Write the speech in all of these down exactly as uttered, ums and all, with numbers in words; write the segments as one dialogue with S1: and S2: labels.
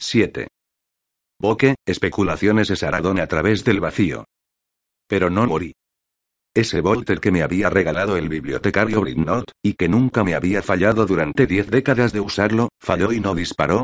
S1: siete. Boque, especulaciones de Saradón a través del vacío. Pero no morí. Ese Volter que me había regalado el bibliotecario Britnot, y que nunca me había fallado durante diez décadas de usarlo, falló y no disparó.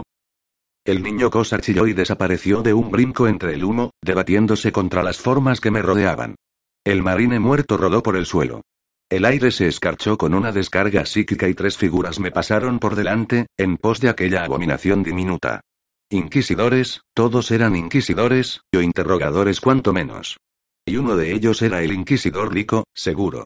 S1: El niño cosa chilló y desapareció de un brinco entre el humo, debatiéndose contra las formas que me rodeaban. El marine muerto rodó por el suelo. El aire se escarchó con una descarga psíquica y tres figuras me pasaron por delante, en pos de aquella abominación diminuta. Inquisidores, todos eran inquisidores, o interrogadores cuanto menos. Y uno de ellos era el inquisidor Rico, seguro.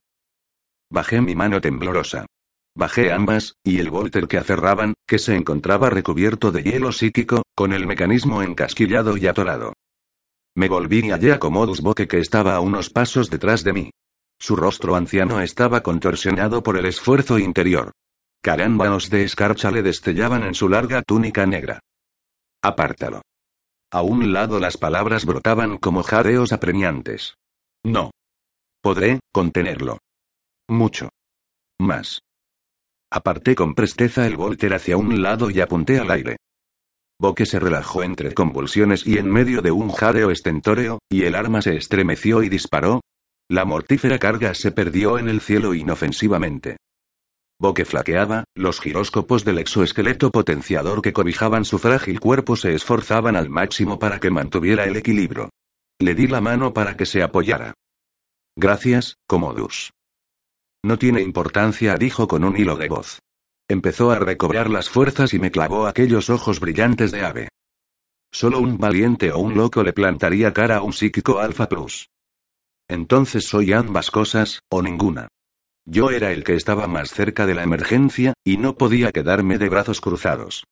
S1: Bajé mi mano temblorosa. Bajé ambas, y el Volter que aferraban, que se encontraba recubierto de hielo psíquico, con el mecanismo encasquillado y atorado. Me volví y hallé a Commodus Boque que estaba a unos pasos detrás de mí. Su rostro anciano estaba contorsionado por el esfuerzo interior. Carámbanos de escarcha le destellaban en su larga túnica negra. Apártalo. A un lado las palabras brotaban como jadeos apremiantes. No. Podré contenerlo. Mucho. Más. Aparté con presteza el Volter hacia un lado y apunté al aire. Boque se relajó entre convulsiones y en medio de un jadeo estentóreo, y el arma se estremeció y disparó. La mortífera carga se perdió en el cielo inofensivamente. Boque flaqueaba, los giróscopos del exoesqueleto potenciador que cobijaban su frágil cuerpo se esforzaban al máximo para que mantuviera el equilibrio. Le di la mano para que se apoyara. Gracias, Commodus. No tiene importancia, dijo con un hilo de voz. Empezó a recobrar las fuerzas y me clavó aquellos ojos brillantes de ave. Solo un valiente o un loco le plantaría cara a un psíquico Alpha Plus. Entonces soy ambas cosas, o ninguna. Yo era el que estaba más cerca de la emergencia, y no podía quedarme de brazos cruzados.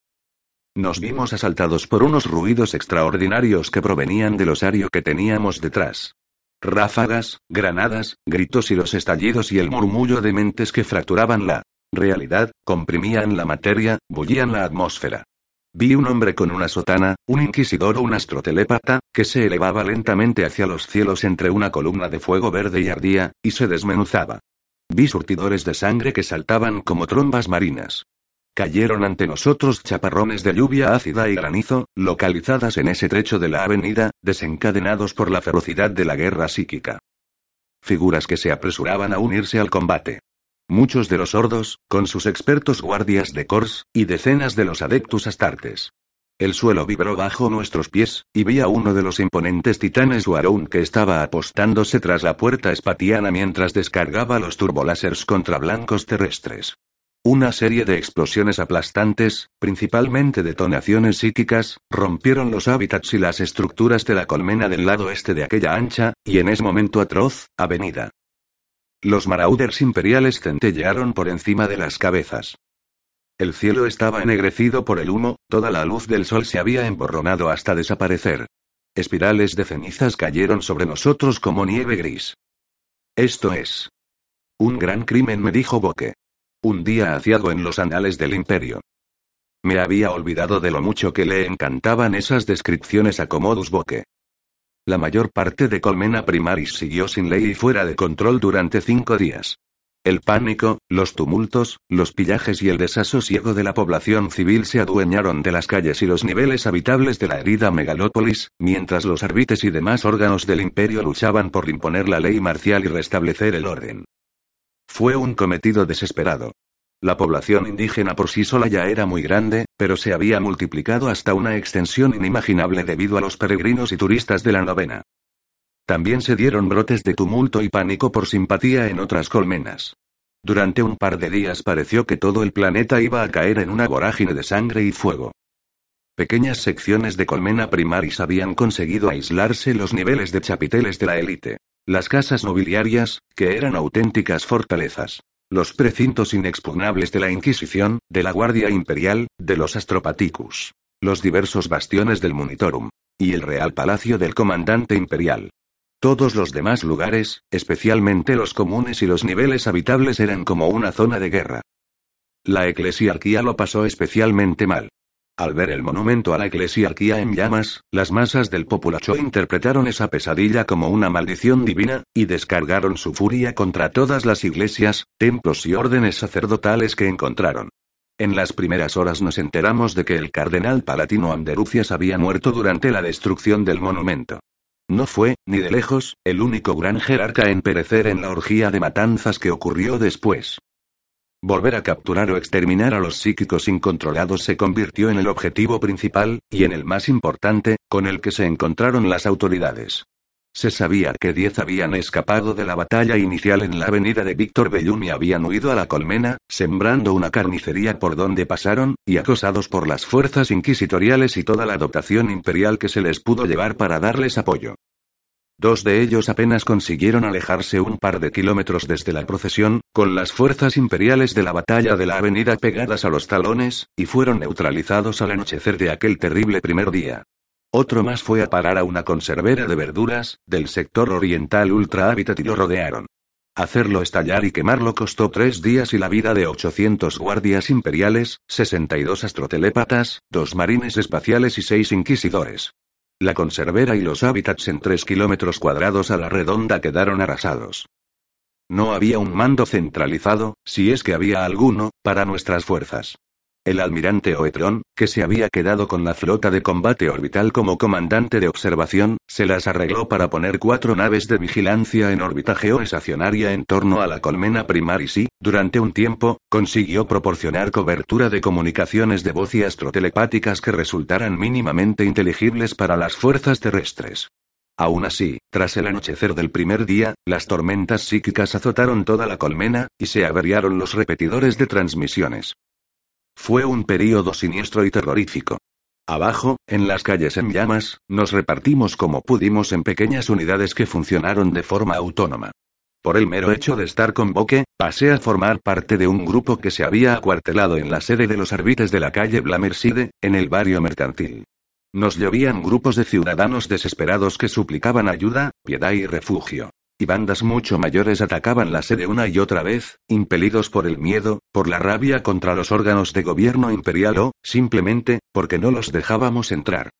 S1: Nos vimos asaltados por unos ruidos extraordinarios que provenían del osario que teníamos detrás. Ráfagas, granadas, gritos y los estallidos y el murmullo de mentes que fracturaban la realidad, comprimían la materia, bullían la atmósfera. Vi un hombre con una sotana, un inquisidor o un astrotelépata, que se elevaba lentamente hacia los cielos entre una columna de fuego verde y ardía, y se desmenuzaba. Vi surtidores de sangre que saltaban como trombas marinas. Cayeron ante nosotros chaparrones de lluvia ácida y granizo, localizadas en ese trecho de la avenida, desencadenados por la ferocidad de la guerra psíquica. Figuras que se apresuraban a unirse al combate. Muchos de los sordos, con sus expertos guardias de Kors, y decenas de los adeptus astartes. El suelo vibró bajo nuestros pies, y vi a uno de los imponentes titanes Warhound que estaba apostándose tras la puerta espatiana mientras descargaba los turbolásers contra blancos terrestres. Una serie de explosiones aplastantes, principalmente detonaciones psíquicas, rompieron los hábitats y las estructuras de la colmena del lado este de aquella ancha, y en ese momento atroz, avenida. Los marauders imperiales centellearon por encima de las cabezas. El cielo estaba ennegrecido por el humo, toda la luz del sol se había emborronado hasta desaparecer. Espirales de cenizas cayeron sobre nosotros como nieve gris. Esto es un gran crimen, me dijo Boque. Un día aciago en los anales del imperio. Me había olvidado de lo mucho que le encantaban esas descripciones a Commodus Boque. La mayor parte de Colmena Primaris siguió sin ley y fuera de control durante cinco días. El pánico, los tumultos, los pillajes y el desasosiego de la población civil se adueñaron de las calles y los niveles habitables de la herida megalópolis, mientras los arbites y demás órganos del imperio luchaban por imponer la ley marcial y restablecer el orden. Fue un cometido desesperado. La población indígena por sí sola ya era muy grande, pero se había multiplicado hasta una extensión inimaginable debido a los peregrinos y turistas de la novena. También se dieron brotes de tumulto y pánico por simpatía en otras colmenas. Durante un par de días pareció que todo el planeta iba a caer en una vorágine de sangre y fuego. Pequeñas secciones de Colmena Primaris habían conseguido aislarse los niveles de chapiteles de la élite. Las casas nobiliarias, que eran auténticas fortalezas. Los precintos inexpugnables de la Inquisición, de la Guardia Imperial, de los Astropaticus. Los diversos bastiones del Monitorum. Y el Real Palacio del Comandante Imperial. Todos los demás lugares, especialmente los comunes y los niveles habitables, eran como una zona de guerra. La eclesiarquía lo pasó especialmente mal. Al ver el monumento a la eclesiarquía en llamas, las masas del populacho interpretaron esa pesadilla como una maldición divina, y descargaron su furia contra todas las iglesias, templos y órdenes sacerdotales que encontraron. En las primeras horas nos enteramos de que el cardenal palatino Anderucias había muerto durante la destrucción del monumento. No fue, ni de lejos, el único gran jerarca en perecer en la orgía de matanzas que ocurrió después. Volver a capturar o exterminar a los psíquicos incontrolados se convirtió en el objetivo principal, y en el más importante, con el que se encontraron las autoridades. Se sabía que diez habían escapado de la batalla inicial en la avenida de Víctor Bellum y habían huido a la Colmena, sembrando una carnicería por donde pasaron, y acosados por las fuerzas inquisitoriales y toda la dotación imperial que se les pudo llevar para darles apoyo. Dos de ellos apenas consiguieron alejarse un par de kilómetros desde la procesión, con las fuerzas imperiales de la batalla de la avenida pegadas a los talones, y fueron neutralizados al anochecer de aquel terrible primer día. Otro más fue a parar a una conservera de verduras, del sector oriental Ultra Habitat y lo rodearon. Hacerlo estallar y quemarlo costó tres días y la vida de ochocientos guardias imperiales, sesenta y dos astrotelépatas, dos marines espaciales y seis inquisidores. La conservera y los hábitats en tres kilómetros cuadrados a la redonda quedaron arrasados. No había un mando centralizado, si es que había alguno, para nuestras fuerzas. El almirante Oetron, que se había quedado con la flota de combate orbital como comandante de observación, se las arregló para poner cuatro naves de vigilancia en órbita geoestacionaria en torno a la colmena Primaris y, durante un tiempo, consiguió proporcionar cobertura de comunicaciones de voz y astrotelepáticas que resultaran mínimamente inteligibles para las fuerzas terrestres. Aún así, tras el anochecer del primer día, las tormentas psíquicas azotaron toda la colmena, y se averiaron los repetidores de transmisiones. Fue un período siniestro y terrorífico. Abajo, en las calles en llamas, nos repartimos como pudimos en pequeñas unidades que funcionaron de forma autónoma. Por el mero hecho de estar con Boque, pasé a formar parte de un grupo que se había acuartelado en la sede de los arbites de la calle Blamerside, en el barrio mercantil. Nos llovían grupos de ciudadanos desesperados que suplicaban ayuda, piedad y refugio. Y bandas mucho mayores atacaban la sede una y otra vez, impelidos por el miedo, por la rabia contra los órganos de gobierno imperial o, simplemente, porque no los dejábamos entrar.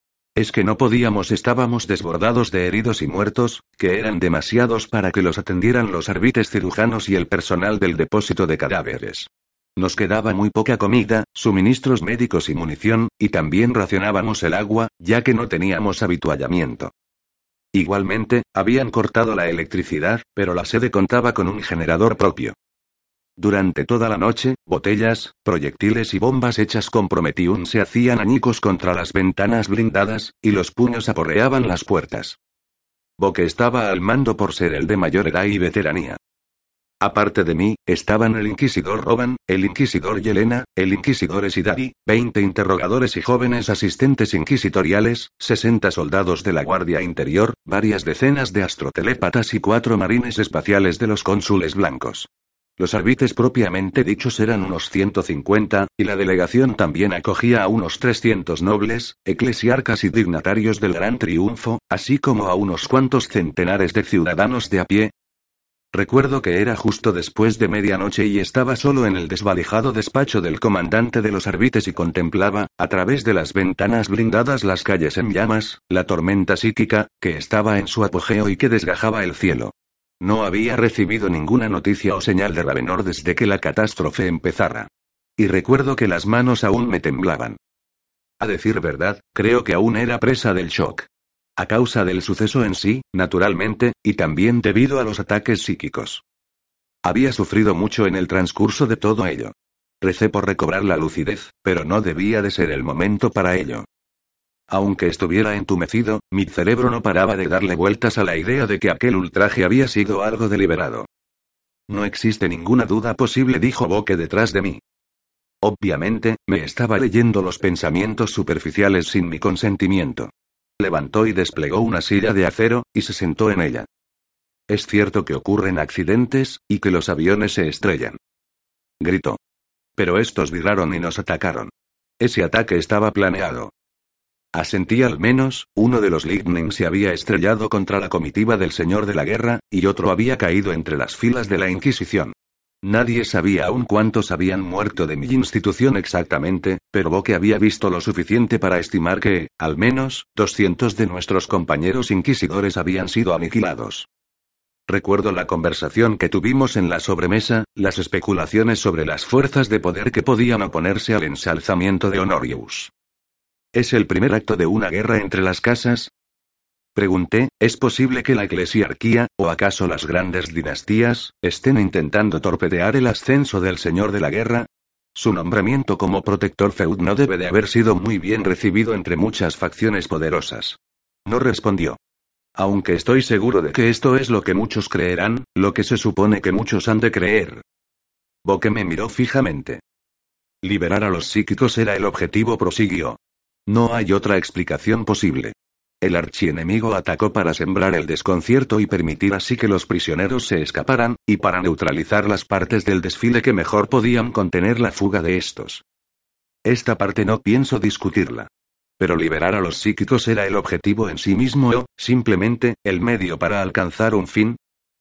S1: Es que no podíamos, estábamos desbordados de heridos y muertos, que eran demasiados para que los atendieran los arbites cirujanos y el personal del depósito de cadáveres. Nos quedaba muy poca comida, suministros médicos y munición, y también racionábamos el agua, ya que no teníamos habituallamiento. Igualmente, habían cortado la electricidad, pero la sede contaba con un generador propio. Durante toda la noche, botellas, proyectiles y bombas hechas con prometium se hacían añicos contra las ventanas blindadas, y los puños aporreaban las puertas. Boque estaba al mando por ser el de mayor edad y veteranía. Aparte de mí, estaban el inquisidor Roban, el inquisidor Yelena, el inquisidor Esidari, veinte interrogadores y jóvenes asistentes inquisitoriales, sesenta soldados de la Guardia Interior, varias decenas de astrotelépatas y cuatro marines espaciales de los cónsules blancos. Los arbites propiamente dichos eran unos ciento cincuenta, y la delegación también acogía a unos trescientos nobles, eclesiarcas y dignatarios del Gran Triunfo, así como a unos cuantos centenares de ciudadanos de a pie. Recuerdo que era justo después de medianoche y estaba solo en el desvalijado despacho del comandante de los arbites y contemplaba, a través de las ventanas blindadas, las calles en llamas, la tormenta psíquica, que estaba en su apogeo y que desgajaba el cielo. No había recibido ninguna noticia o señal de Ravenor desde que la catástrofe empezara. Y recuerdo que las manos aún me temblaban. A decir verdad, creo que aún era presa del shock. A causa del suceso en sí, naturalmente, y también debido a los ataques psíquicos. Había sufrido mucho en el transcurso de todo ello. Recé por recobrar la lucidez, pero no debía de ser el momento para ello. Aunque estuviera entumecido, mi cerebro no paraba de darle vueltas a la idea de que aquel ultraje había sido algo deliberado. No existe ninguna duda posible, dijo Boque detrás de mí. Obviamente, me estaba leyendo los pensamientos superficiales sin mi consentimiento. Levantó y desplegó una silla de acero, y se sentó en ella. Es cierto que ocurren accidentes, y que los aviones se estrellan. Gritó. Pero estos viraron y nos atacaron. Ese ataque estaba planeado. Asentí al menos, uno de los Lightning se había estrellado contra la comitiva del Señor de la Guerra, y otro había caído entre las filas de la Inquisición. Nadie sabía aún cuántos habían muerto de mi institución exactamente, pero Boque había visto lo suficiente para estimar que, al menos, doscientos de nuestros compañeros inquisidores habían sido aniquilados. Recuerdo la conversación que tuvimos en la sobremesa, las especulaciones sobre las fuerzas de poder que podían oponerse al ensalzamiento de Honorius. ¿Es el primer acto de una guerra entre las casas? Pregunté, ¿es posible que la eclesiarquía, o acaso las grandes dinastías, estén intentando torpedear el ascenso del señor de la guerra? Su nombramiento como protector feud no debe de haber sido muy bien recibido entre muchas facciones poderosas. No respondió. Aunque estoy seguro de que esto es lo que muchos creerán, lo que se supone que muchos han de creer. Boque me miró fijamente. Liberar a los psíquicos era el objetivo, prosiguió. No hay otra explicación posible. El archienemigo atacó para sembrar el desconcierto y permitir así que los prisioneros se escaparan, y para neutralizar las partes del desfile que mejor podían contener la fuga de estos. Esta parte no pienso discutirla. Pero liberar a los psíquicos era el objetivo en sí mismo o, simplemente, el medio para alcanzar un fin.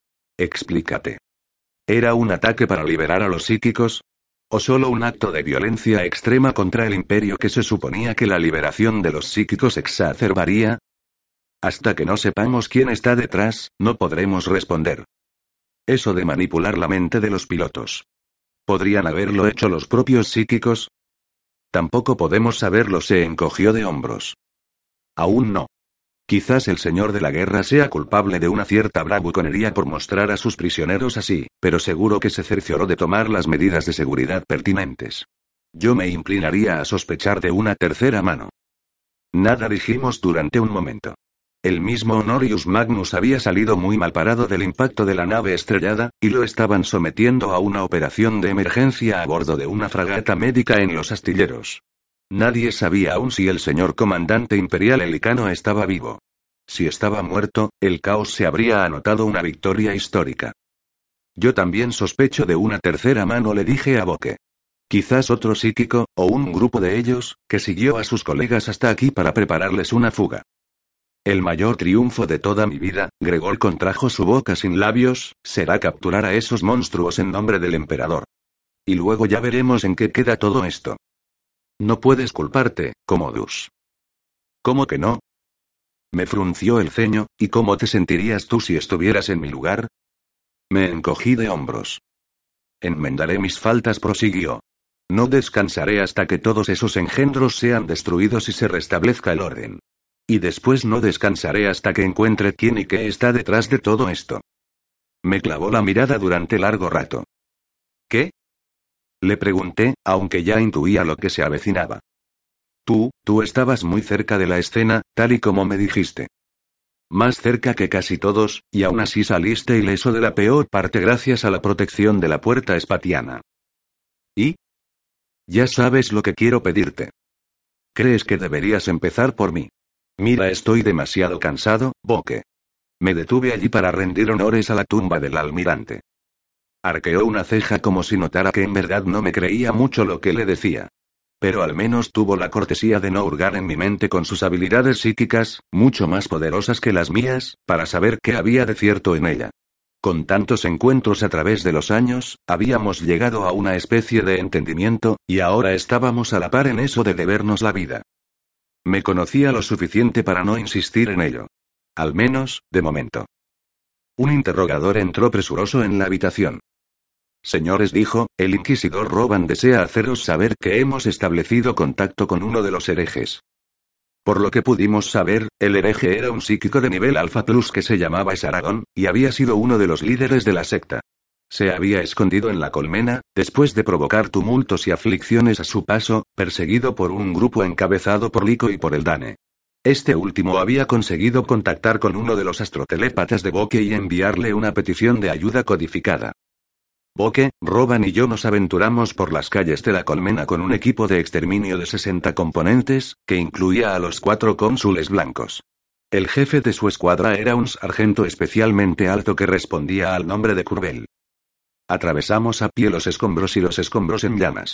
S1: Explícate. ¿Era un ataque para liberar a los psíquicos? ¿O solo un acto de violencia extrema contra el imperio que se suponía que la liberación de los psíquicos exacerbaría? Hasta que no sepamos quién está detrás, no podremos responder. Eso de manipular la mente de los pilotos. ¿Podrían haberlo hecho los propios psíquicos? Tampoco podemos saberlo, se encogió de hombros. Aún no. Quizás el señor de la guerra sea culpable de una cierta bravuconería por mostrar a sus prisioneros así, pero seguro que se cercioró de tomar las medidas de seguridad pertinentes. Yo me inclinaría a sospechar de una tercera mano. Nada dijimos durante un momento. El mismo Honorius Magnus había salido muy mal parado del impacto de la nave estrellada, y lo estaban sometiendo a una operación de emergencia a bordo de una fragata médica en los astilleros. Nadie sabía aún si el señor comandante imperial Helicano estaba vivo. Si estaba muerto, el caos se habría anotado una victoria histórica. Yo también sospecho de una tercera mano, le dije a Boque. Quizás otro psíquico, o un grupo de ellos, que siguió a sus colegas hasta aquí para prepararles una fuga. El mayor triunfo de toda mi vida, Gregor contrajo su boca sin labios, será capturar a esos monstruos en nombre del emperador. Y luego ya veremos en qué queda todo esto. No puedes culparte, Commodus. ¿Cómo que no? Me frunció el ceño, ¿y cómo te sentirías tú si estuvieras en mi lugar? Me encogí de hombros. Enmendaré mis faltas, prosiguió. No descansaré hasta que todos esos engendros sean destruidos y se restablezca el orden. Y después no descansaré hasta que encuentre quién y qué está detrás de todo esto. Me clavó la mirada durante largo rato. ¿Qué? Le pregunté, aunque ya intuía lo que se avecinaba. Tú, tú estabas muy cerca de la escena, tal y como me dijiste. Más cerca que casi todos, y aún así saliste ileso de la peor parte gracias a la protección de la puerta espatiana. ¿Y? Ya sabes lo que quiero pedirte. ¿Crees que deberías empezar por mí? Mira, estoy demasiado cansado, Boque. Me detuve allí para rendir honores a la tumba del almirante. Arqueó una ceja como si notara que en verdad no me creía mucho lo que le decía. Pero al menos tuvo la cortesía de no hurgar en mi mente con sus habilidades psíquicas, mucho más poderosas que las mías, para saber qué había de cierto en ella. Con tantos encuentros a través de los años, habíamos llegado a una especie de entendimiento, y ahora estábamos a la par en eso de debernos la vida. Me conocía lo suficiente para no insistir en ello. Al menos, de momento. Un interrogador entró presuroso en la habitación. Señores, dijo, el inquisidor Roban desea haceros saber que hemos establecido contacto con uno de los herejes. Por lo que pudimos saber, el hereje era un psíquico de nivel Alpha Plus que se llamaba Esaragón, y había sido uno de los líderes de la secta. Se había escondido en la colmena, después de provocar tumultos y aflicciones a su paso, perseguido por un grupo encabezado por Lico y por el Dane. Este último había conseguido contactar con uno de los astrotelépatas de Boque y enviarle una petición de ayuda codificada. Boque, Roban y yo nos aventuramos por las calles de la colmena con un equipo de exterminio de sesenta componentes, que incluía a los cuatro cónsules blancos. El jefe de su escuadra era un sargento especialmente alto que respondía al nombre de Curbel. Atravesamos a pie los escombros y los escombros en llamas.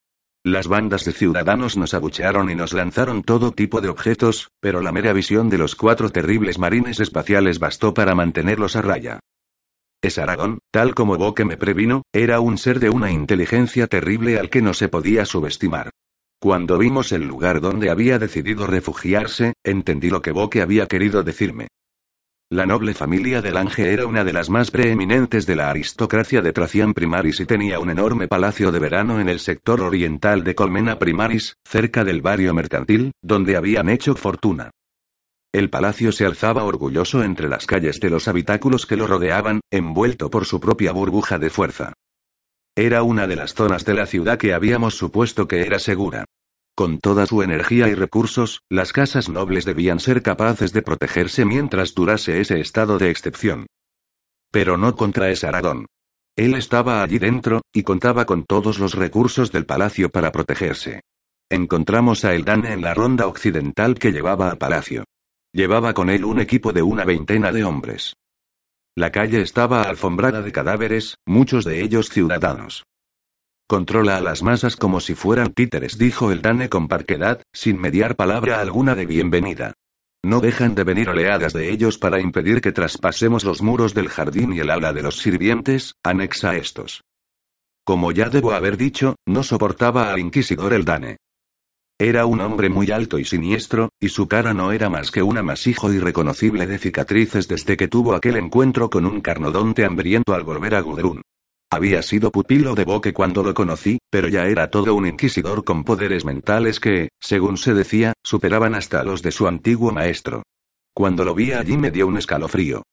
S1: Las bandas de ciudadanos nos abuchearon y nos lanzaron todo tipo de objetos, pero la mera visión de los cuatro terribles marines espaciales bastó para mantenerlos a raya. Esaragón, tal como Boque me previno, era un ser de una inteligencia terrible al que no se podía subestimar. Cuando vimos el lugar donde había decidido refugiarse, entendí lo que Boque había querido decirme. La noble familia de Lange era una de las más preeminentes de la aristocracia de Tracian Primaris y tenía un enorme palacio de verano en el sector oriental de Colmena Primaris, cerca del barrio mercantil, donde habían hecho fortuna. El palacio se alzaba orgulloso entre las calles de los habitáculos que lo rodeaban, envuelto por su propia burbuja de fuerza. Era una de las zonas de la ciudad que habíamos supuesto que era segura. Con toda su energía y recursos, las casas nobles debían ser capaces de protegerse mientras durase ese estado de excepción. Pero no contra Esaradón. Él estaba allí dentro, y contaba con todos los recursos del palacio para protegerse. Encontramos a Eldane en la ronda occidental que llevaba a palacio. Llevaba con él un equipo de una veintena de hombres. La calle estaba alfombrada de cadáveres, muchos de ellos ciudadanos. Controla a las masas como si fueran títeres, dijo Eldane con parquedad, sin mediar palabra alguna de bienvenida. No dejan de venir oleadas de ellos para impedir que traspasemos los muros del jardín y el aula de los sirvientes, anexa a estos. Como ya debo haber dicho, no soportaba al inquisidor Eldane. Era un hombre muy alto y siniestro, y su cara no era más que un amasijo irreconocible de cicatrices desde que tuvo aquel encuentro con un carnodonte hambriento al volver a Gudrun. Había sido pupilo de Boque cuando lo conocí, pero ya era todo un inquisidor con poderes mentales que, según se decía, superaban hasta los de su antiguo maestro. Cuando lo vi allí me dio un escalofrío.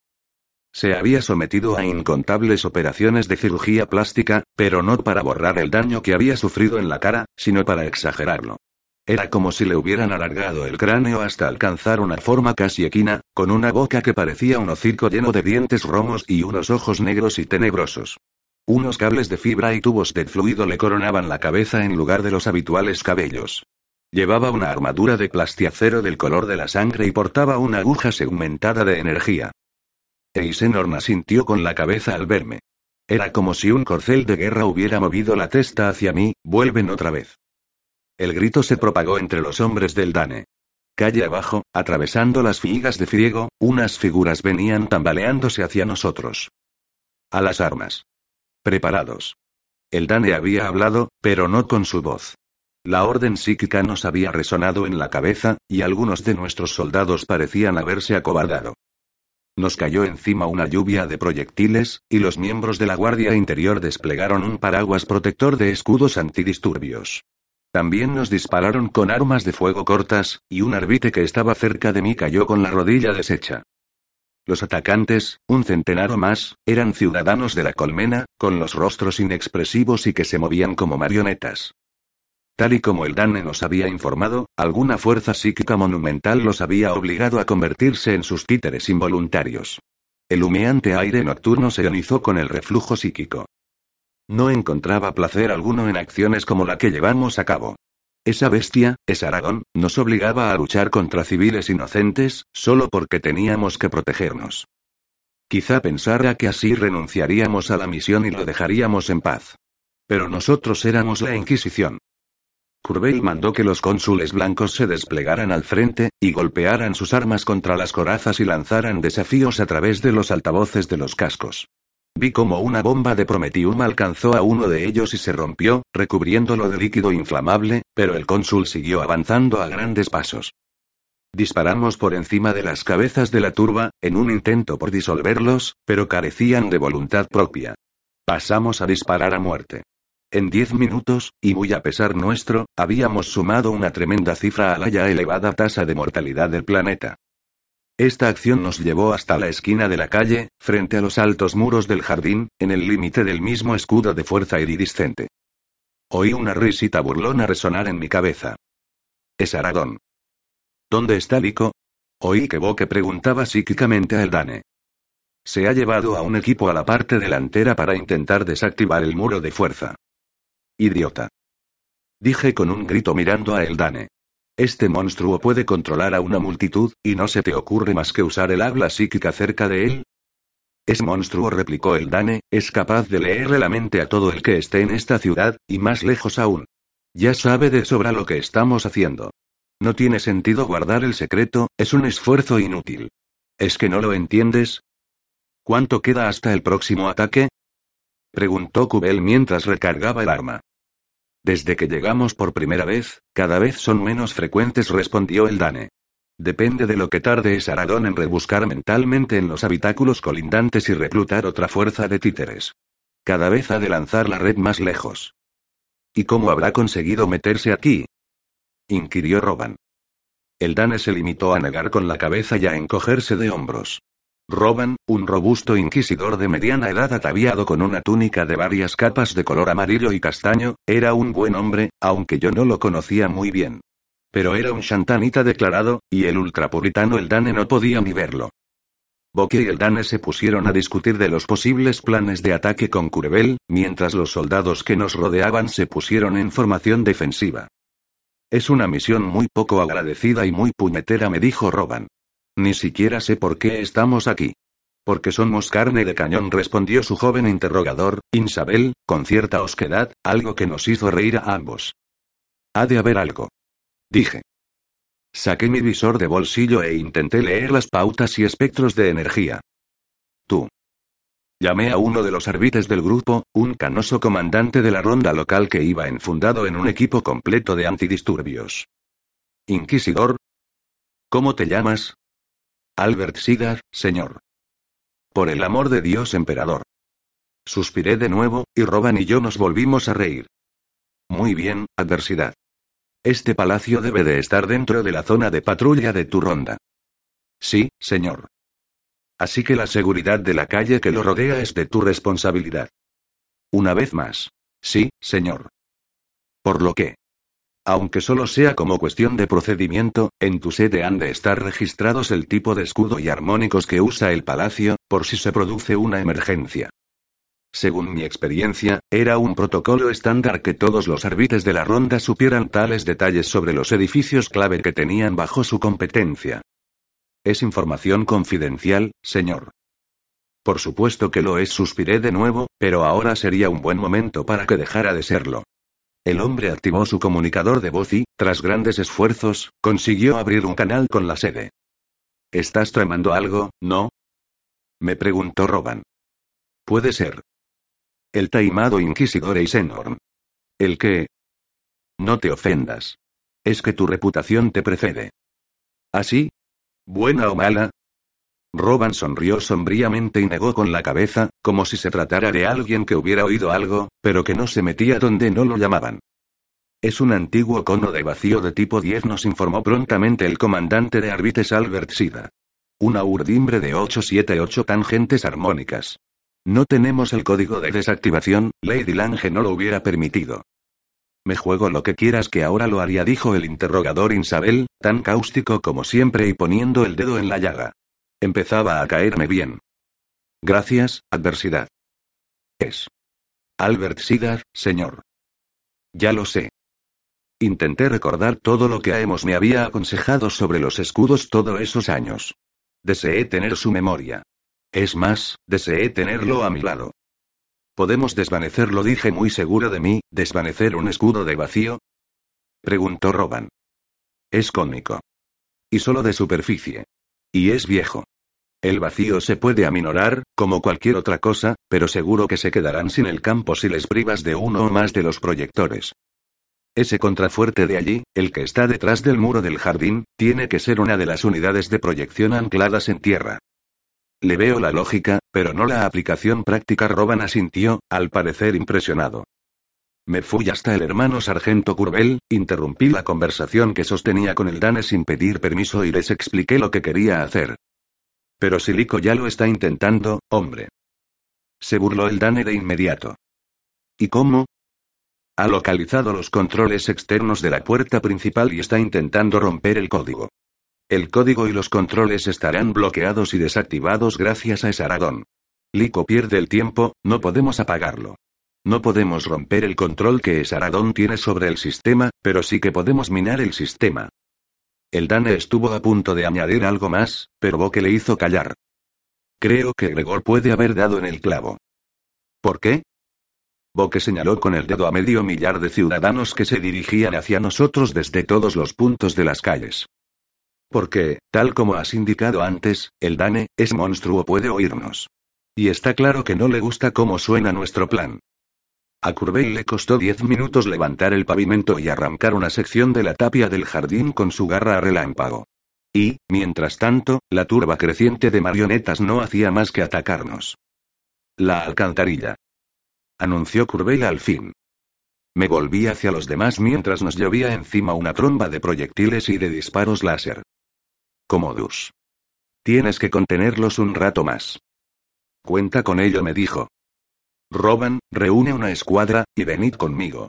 S1: Se había sometido a incontables operaciones de cirugía plástica, pero no para borrar el daño que había sufrido en la cara, sino para exagerarlo. Era como si le hubieran alargado el cráneo hasta alcanzar una forma casi equina, con una boca que parecía un hocico lleno de dientes romos y unos ojos negros y tenebrosos. Unos cables de fibra y tubos de fluido le coronaban la cabeza en lugar de los habituales cabellos. Llevaba una armadura de plastiacero del color de la sangre y portaba una aguja segmentada de energía. Eisenhorn asintió con la cabeza al verme. Era como si un corcel de guerra hubiera movido la testa hacia mí. Vuelven otra vez. El grito se propagó entre los hombres del Dane. Calle abajo, atravesando las vigas de friego, unas figuras venían tambaleándose hacia nosotros. A las armas. Preparados. El Dane había hablado, pero no con su voz. La orden psíquica nos había resonado en la cabeza, y algunos de nuestros soldados parecían haberse acobardado. Nos cayó encima una lluvia de proyectiles, y los miembros de la Guardia Interior desplegaron un paraguas protector de escudos antidisturbios. También nos dispararon con armas de fuego cortas, y un arbite que estaba cerca de mí cayó con la rodilla deshecha. Los atacantes, un centenar o más, eran ciudadanos de la colmena, con los rostros inexpresivos y que se movían como marionetas. Tal y como el Dane nos había informado, alguna fuerza psíquica monumental los había obligado a convertirse en sus títeres involuntarios. El humeante aire nocturno se ionizó con el reflujo psíquico. No encontraba placer alguno en acciones como la que llevamos a cabo. Esa bestia, Esaragón, nos obligaba a luchar contra civiles inocentes, solo porque teníamos que protegernos. Quizá pensara que así renunciaríamos a la misión y lo dejaríamos en paz. Pero nosotros éramos la Inquisición. Curveil mandó que los cónsules blancos se desplegaran al frente, y golpearan sus armas contra las corazas y lanzaran desafíos a través de los altavoces de los cascos. Vi cómo una bomba de Prometium alcanzó a uno de ellos y se rompió, recubriéndolo de líquido inflamable, pero el cónsul siguió avanzando a grandes pasos. Disparamos por encima de las cabezas de la turba, en un intento por disolverlos, pero carecían de voluntad propia. Pasamos a disparar a muerte. En diez minutos, y muy a pesar nuestro, habíamos sumado una tremenda cifra a la ya elevada tasa de mortalidad del planeta. Esta acción nos llevó hasta la esquina de la calle, frente a los altos muros del jardín, en el límite del mismo escudo de fuerza iridiscente. Oí una risita burlona resonar en mi cabeza. Esaragón. ¿Dónde está Lico? Oí que Boque preguntaba psíquicamente a Eldane. Se ha llevado a un equipo a la parte delantera para intentar desactivar el muro de fuerza. Idiota. Dije con un grito mirando a Eldane. Este monstruo puede controlar a una multitud, ¿y no se te ocurre más que usar el habla psíquica cerca de él? Es monstruo, replicó Eldane, es capaz de leerle la mente a todo el que esté en esta ciudad, y más lejos aún. Ya sabe de sobra lo que estamos haciendo. No tiene sentido guardar el secreto, es un esfuerzo inútil. ¿Es que no lo entiendes? ¿Cuánto queda hasta el próximo ataque? Preguntó Cubel mientras recargaba el arma. Desde que llegamos por primera vez, cada vez son menos frecuentes, respondió Eldane. Depende de lo que tarde Esaradón en rebuscar mentalmente en los habitáculos colindantes y reclutar otra fuerza de títeres. Cada vez ha de lanzar la red más lejos. ¿Y cómo habrá conseguido meterse aquí?, inquirió Roban. El Dane se limitó a negar con la cabeza y a encogerse de hombros. Roban, un robusto inquisidor de mediana edad ataviado con una túnica de varias capas de color amarillo y castaño, era un buen hombre, aunque yo no lo conocía muy bien. Pero era un shantanita declarado, y el ultrapuritano el Dane no podía ni verlo. Boque y el Dane se pusieron a discutir de los posibles planes de ataque con Kurebel, mientras los soldados que nos rodeaban se pusieron en formación defensiva. Es una misión muy poco agradecida y muy puñetera, me dijo Roban. Ni siquiera sé por qué estamos aquí. Porque somos carne de cañón, respondió su joven interrogador, Isabel, con cierta osquedad, algo que nos hizo reír a ambos. Ha de haber algo, dije. Saqué mi visor de bolsillo e intenté leer las pautas y espectros de energía. Tú. Llamé a uno de los árbitres del grupo, un canoso comandante de la ronda local que iba enfundado en un equipo completo de antidisturbios. Inquisidor. ¿Cómo te llamas? Albert Sidar, señor. Por el amor de Dios, emperador. Suspiré de nuevo, y Roban y yo nos volvimos a reír. Muy bien, adversidad. Este palacio debe de estar dentro de la zona de patrulla de tu ronda. Sí, señor. Así que la seguridad de la calle que lo rodea es de tu responsabilidad. Una vez más. Sí, señor. Por lo que, aunque solo sea como cuestión de procedimiento, en tu sede han de estar registrados el tipo de escudo y armónicos que usa el palacio, por si se produce una emergencia. Según mi experiencia, era un protocolo estándar que todos los árbitres de la ronda supieran tales detalles sobre los edificios clave que tenían bajo su competencia. Es información confidencial, señor. Por supuesto que lo es, suspiré de nuevo, pero ahora sería un buen momento para que dejara de serlo. El hombre activó su comunicador de voz y, tras grandes esfuerzos, consiguió abrir un canal con la sede. ¿Estás tramando algo, no?, me preguntó Roban. Puede ser. El taimado inquisidor Eisenhorn. ¿El qué? No te ofendas. Es que tu reputación te precede. ¿Ah, sí? ¿Buena o mala? Roban sonrió sombríamente y negó con la cabeza, como si se tratara de alguien que hubiera oído algo, pero que no se metía donde no lo llamaban. Es un antiguo cono de vacío de tipo diez, nos informó prontamente el comandante de árbitres Albert Sidar. Una urdimbre de ochocientos setenta y ocho tangentes armónicas. No tenemos el código de desactivación, Lady Lange no lo hubiera permitido. Me juego lo que quieras que ahora lo haría, dijo el interrogador Isabel, tan cáustico como siempre y poniendo el dedo en la llaga. Empezaba a caerme bien. Gracias, adversidad. Es Albert Sidar, señor. Ya lo sé. Intenté recordar todo lo que Aemos me había aconsejado sobre los escudos todos esos años. Deseé tener su memoria. Es más, deseé tenerlo a mi lado. ¿Podemos desvanecerlo?, dije muy seguro de mí. ¿Desvanecer un escudo de vacío?, preguntó Roban. Es cónico. Y solo de superficie. Y es viejo. El vacío se puede aminorar, como cualquier otra cosa, pero seguro que se quedarán sin el campo si les privas de uno o más de los proyectores. Ese contrafuerte de allí, el que está detrás del muro del jardín, tiene que ser una de las unidades de proyección ancladas en tierra. Le veo la lógica, pero no la aplicación práctica. Roban asintió, al parecer impresionado. Me fui hasta el hermano sargento Kurbel, interrumpí la conversación que sostenía con el Dane sin pedir permiso y les expliqué lo que quería hacer. Pero Silico ya lo está intentando, hombre. Se burló el Dane de inmediato. ¿Y cómo? Ha localizado los controles externos de la puerta principal y está intentando romper el código. El código y los controles estarán bloqueados y desactivados gracias a Esaradón. Lico pierde el tiempo, no podemos apagarlo. No podemos romper el control que Esaradón tiene sobre el sistema, pero sí que podemos minar el sistema. El Dane estuvo a punto de añadir algo más, pero Boque le hizo callar. Creo que Gregor puede haber dado en el clavo. ¿Por qué? Boque señaló con el dedo a medio millar de ciudadanos que se dirigían hacia nosotros desde todos los puntos de las calles. Porque, tal como has indicado antes, el Dane, ese monstruo puede oírnos. Y está claro que no le gusta cómo suena nuestro plan. A Kurbel le costó diez minutos levantar el pavimento y arrancar una sección de la tapia del jardín con su garra a relámpago. Y, mientras tanto, la turba creciente de marionetas no hacía más que atacarnos. La alcantarilla, anunció Courbet al fin. Me volví hacia los demás mientras nos llovía encima una tromba de proyectiles y de disparos láser. Commodus. Tienes que contenerlos un rato más. Cuenta con ello, me dijo. Roban, reúne una escuadra, y venid conmigo.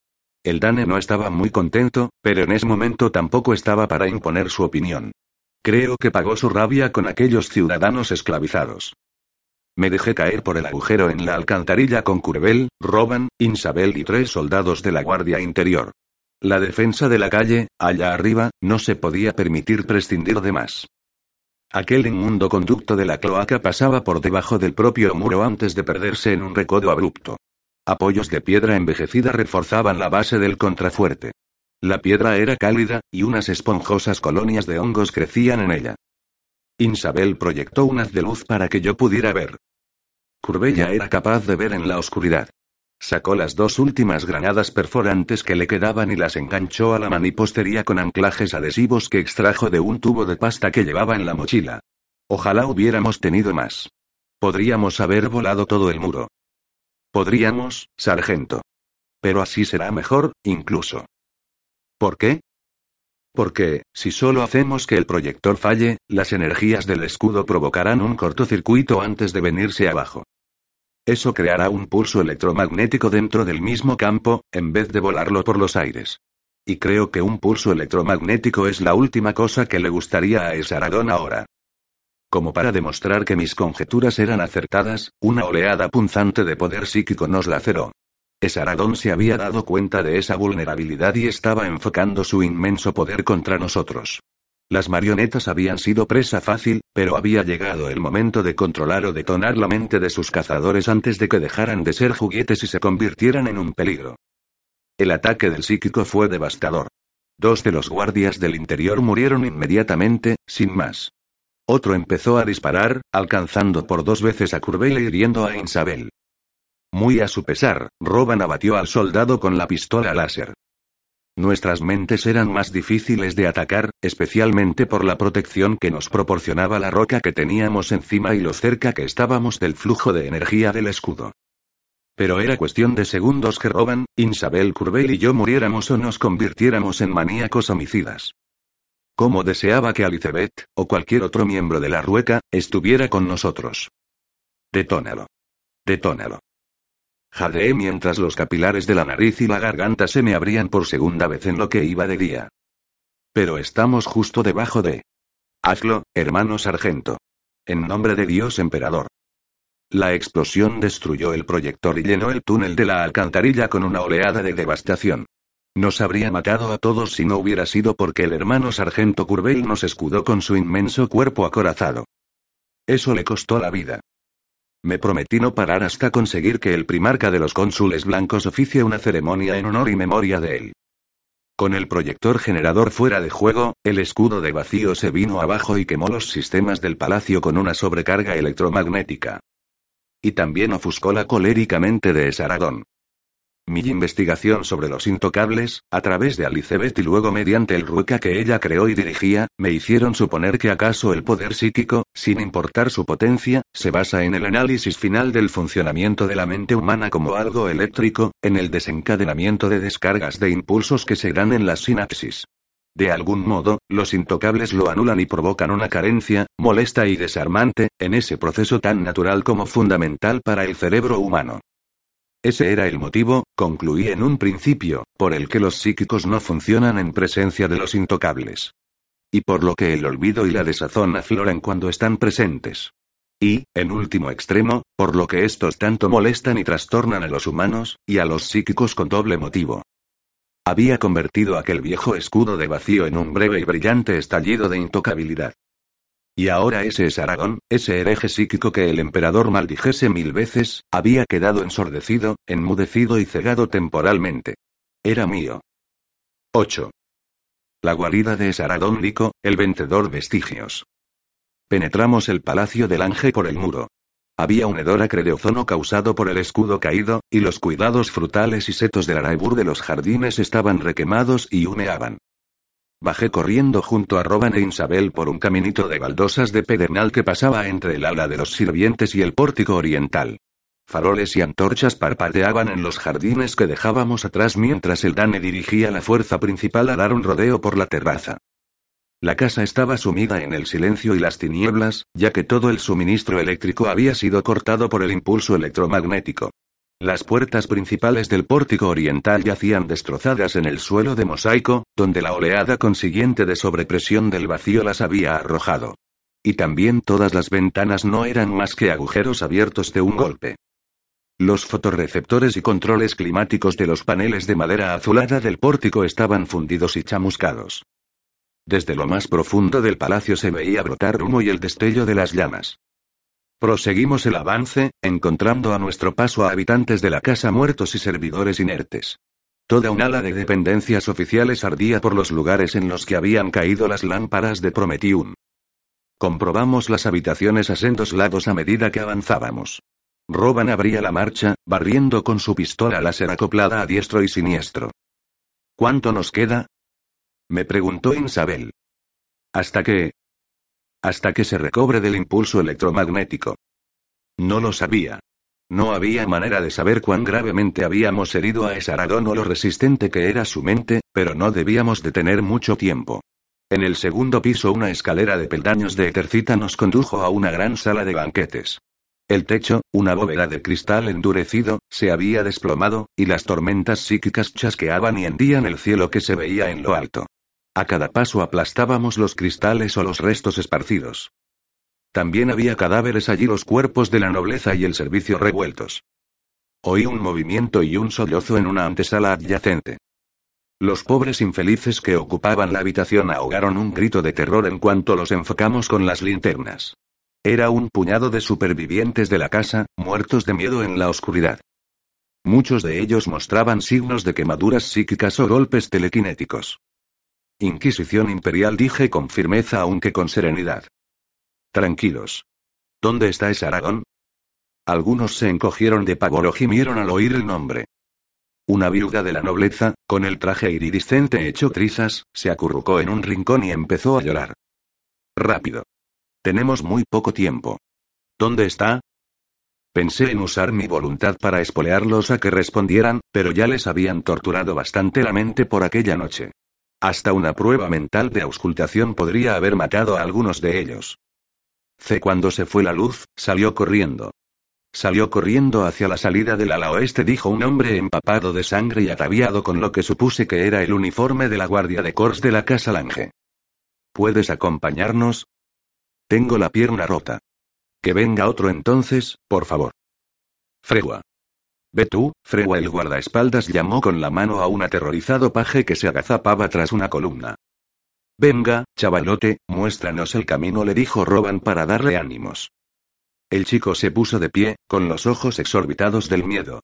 S1: El Dane no estaba muy contento, pero en ese momento tampoco estaba para imponer su opinión. Creo que pagó su rabia con aquellos ciudadanos esclavizados. Me dejé caer por el agujero en la alcantarilla con Courbet, Roban, Isabel y tres soldados de la Guardia Interior. La defensa de la calle, allá arriba, no se podía permitir prescindir de más. Aquel inmundo conducto de la cloaca pasaba por debajo del propio muro antes de perderse en un recodo abrupto. Apoyos de piedra envejecida reforzaban la base del contrafuerte. La piedra era cálida, y unas esponjosas colonias de hongos crecían en ella. Isabel proyectó un haz de luz para que yo pudiera ver. Courbet ya era capaz de ver en la oscuridad. Sacó las dos últimas granadas perforantes que le quedaban y las enganchó a la manipostería con anclajes adhesivos que extrajo de un tubo de pasta que llevaba en la mochila. Ojalá hubiéramos tenido más. Podríamos haber volado todo el muro. Podríamos, sargento. Pero así será mejor, incluso. ¿Por qué? Porque, si solo hacemos que el proyector falle, las energías del escudo provocarán un cortocircuito antes de venirse abajo. Eso creará un pulso electromagnético dentro del mismo campo, en vez de volarlo por los aires. Y creo que un pulso electromagnético es la última cosa que le gustaría a Esarhaddon ahora. Como para demostrar que mis conjeturas eran acertadas, una oleada punzante de poder psíquico nos laceró. Esarhaddon se había dado cuenta de esa vulnerabilidad y estaba enfocando su inmenso poder contra nosotros. Las marionetas habían sido presa fácil, pero había llegado el momento de controlar o detonar la mente de sus cazadores antes de que dejaran de ser juguetes y se convirtieran en un peligro. El ataque del psíquico fue devastador. Dos de los guardias del interior murieron inmediatamente, sin más. Otro empezó a disparar, alcanzando por dos veces a Courbet e hiriendo a Isabel. Muy a su pesar, Roban abatió al soldado con la pistola láser. Nuestras mentes eran más difíciles de atacar, especialmente por la protección que nos proporcionaba la roca que teníamos encima y lo cerca que estábamos del flujo de energía del escudo. Pero era cuestión de segundos que Roban, Isabel, Courbet y yo muriéramos o nos convirtiéramos en maníacos homicidas. Cómo deseaba que Elizabeth, o cualquier otro miembro de la Rueca, estuviera con nosotros. Detónalo. Detónalo. Jadeé mientras los capilares de la nariz y la garganta se me abrían por segunda vez en lo que iba de día. Pero estamos justo debajo de... Hazlo, hermano sargento. En nombre de Dios emperador. La explosión destruyó el proyector y llenó el túnel de la alcantarilla con una oleada de devastación. Nos habría matado a todos si no hubiera sido porque el hermano sargento Courbet nos escudó con su inmenso cuerpo acorazado. Eso le costó la vida. Me prometí no parar hasta conseguir que el primarca de los cónsules blancos oficie una ceremonia en honor y memoria de él. Con el proyector generador fuera de juego, el escudo de vacío se vino abajo y quemó los sistemas del palacio con una sobrecarga electromagnética. Y también ofuscó la coléricamente de Esarhaddon. Mi investigación sobre los intocables, a través de Elizabeth y luego mediante el Rueca que ella creó y dirigía, me hicieron suponer que acaso el poder psíquico, sin importar su potencia, se basa en el análisis final del funcionamiento de la mente humana como algo eléctrico, en el desencadenamiento de descargas de impulsos que se dan en las sinapsis. De algún modo, los intocables lo anulan y provocan una carencia, molesta y desarmante, en ese proceso tan natural como fundamental para el cerebro humano. Ese era el motivo, concluí en un principio, por el que los psíquicos no funcionan en presencia de los intocables. Y por lo que el olvido y la desazón afloran cuando están presentes. Y, en último extremo, por lo que estos tanto molestan y trastornan a los humanos, y a los psíquicos con doble motivo. Había convertido aquel viejo escudo de vacío en un breve y brillante estallido de intocabilidad. Y ahora ese Esarhaddon, ese hereje psíquico que el emperador maldijese mil veces, había quedado ensordecido, enmudecido y cegado temporalmente. Era mío. ocho. La guarida de Esarhaddon Lico, el vencedor vestigios. Penetramos el palacio del Ángel por el muro. Había un hedor acre de ozono causado por el escudo caído, y los cuidados frutales y setos del araibur de los jardines estaban requemados y humeaban. Bajé corriendo junto a Roban e Isabel por un caminito de baldosas de pedernal que pasaba entre el ala de los sirvientes y el pórtico oriental. Faroles y antorchas parpadeaban en los jardines que dejábamos atrás mientras el Dane dirigía la fuerza principal a dar un rodeo por la terraza. La casa estaba sumida en el silencio y las tinieblas, ya que todo el suministro eléctrico había sido cortado por el impulso electromagnético. Las puertas principales del pórtico oriental yacían destrozadas en el suelo de mosaico, donde la oleada consiguiente de sobrepresión del vacío las había arrojado. Y también todas las ventanas no eran más que agujeros abiertos de un golpe. Los fotorreceptores y controles climáticos de los paneles de madera azulada del pórtico estaban fundidos y chamuscados. Desde lo más profundo del palacio se veía brotar humo y el destello de las llamas. Proseguimos el avance, encontrando a nuestro paso a habitantes de la casa muertos y servidores inertes. Toda un ala de dependencias oficiales ardía por los lugares en los que habían caído las lámparas de Prometium. Comprobamos las habitaciones a sendos lados a medida que avanzábamos. Roban abría la marcha, barriendo con su pistola láser acoplada a diestro y siniestro. ¿Cuánto nos queda?, me preguntó Isabel. ¿Hasta qué? Hasta que se recobre del impulso electromagnético. No lo sabía. No había manera de saber cuán gravemente habíamos herido a Esaradón o lo resistente que era su mente, pero no debíamos de tener mucho tiempo. En el segundo piso una escalera de peldaños de etercita nos condujo a una gran sala de banquetes. El techo, una bóveda de cristal endurecido, se había desplomado, y las tormentas psíquicas chasqueaban y hendían el cielo que se veía en lo alto. A cada paso aplastábamos los cristales o los restos esparcidos. También había cadáveres allí, los cuerpos de la nobleza y el servicio revueltos. Oí un movimiento y un sollozo en una antesala adyacente. Los pobres infelices que ocupaban la habitación ahogaron un grito de terror en cuanto los enfocamos con las linternas. Era un puñado de supervivientes de la casa, muertos de miedo en la oscuridad. Muchos de ellos mostraban signos de quemaduras psíquicas o golpes telequinéticos. Inquisición Imperial, dije con firmeza aunque con serenidad. Tranquilos. ¿Dónde está Esaradón? Algunos se encogieron de pavor o gimieron al oír el nombre. Una viuda de la nobleza, con el traje iridiscente hecho trizas, se acurrucó en un rincón y empezó a llorar. Rápido. Tenemos muy poco tiempo. ¿Dónde está? Pensé en usar mi voluntad para espolearlos a que respondieran, pero ya les habían torturado bastante la mente por aquella noche. Hasta una prueba mental de auscultación podría haber matado a algunos de ellos. C. Cuando se fue la luz, salió corriendo. Salió corriendo hacia la salida del ala oeste, dijo un hombre empapado de sangre y ataviado con lo que supuse que era el uniforme de la guardia de corps de la casa Lange. ¿Puedes acompañarnos? Tengo la pierna rota. Que venga otro entonces, por favor. Fregua. Ve tú, Fregua. El guardaespaldas llamó con la mano a un aterrorizado paje que se agazapaba tras una columna. Venga, chavalote, muéstranos el camino, le dijo Roban para darle ánimos. El chico se puso de pie, con los ojos exorbitados del miedo.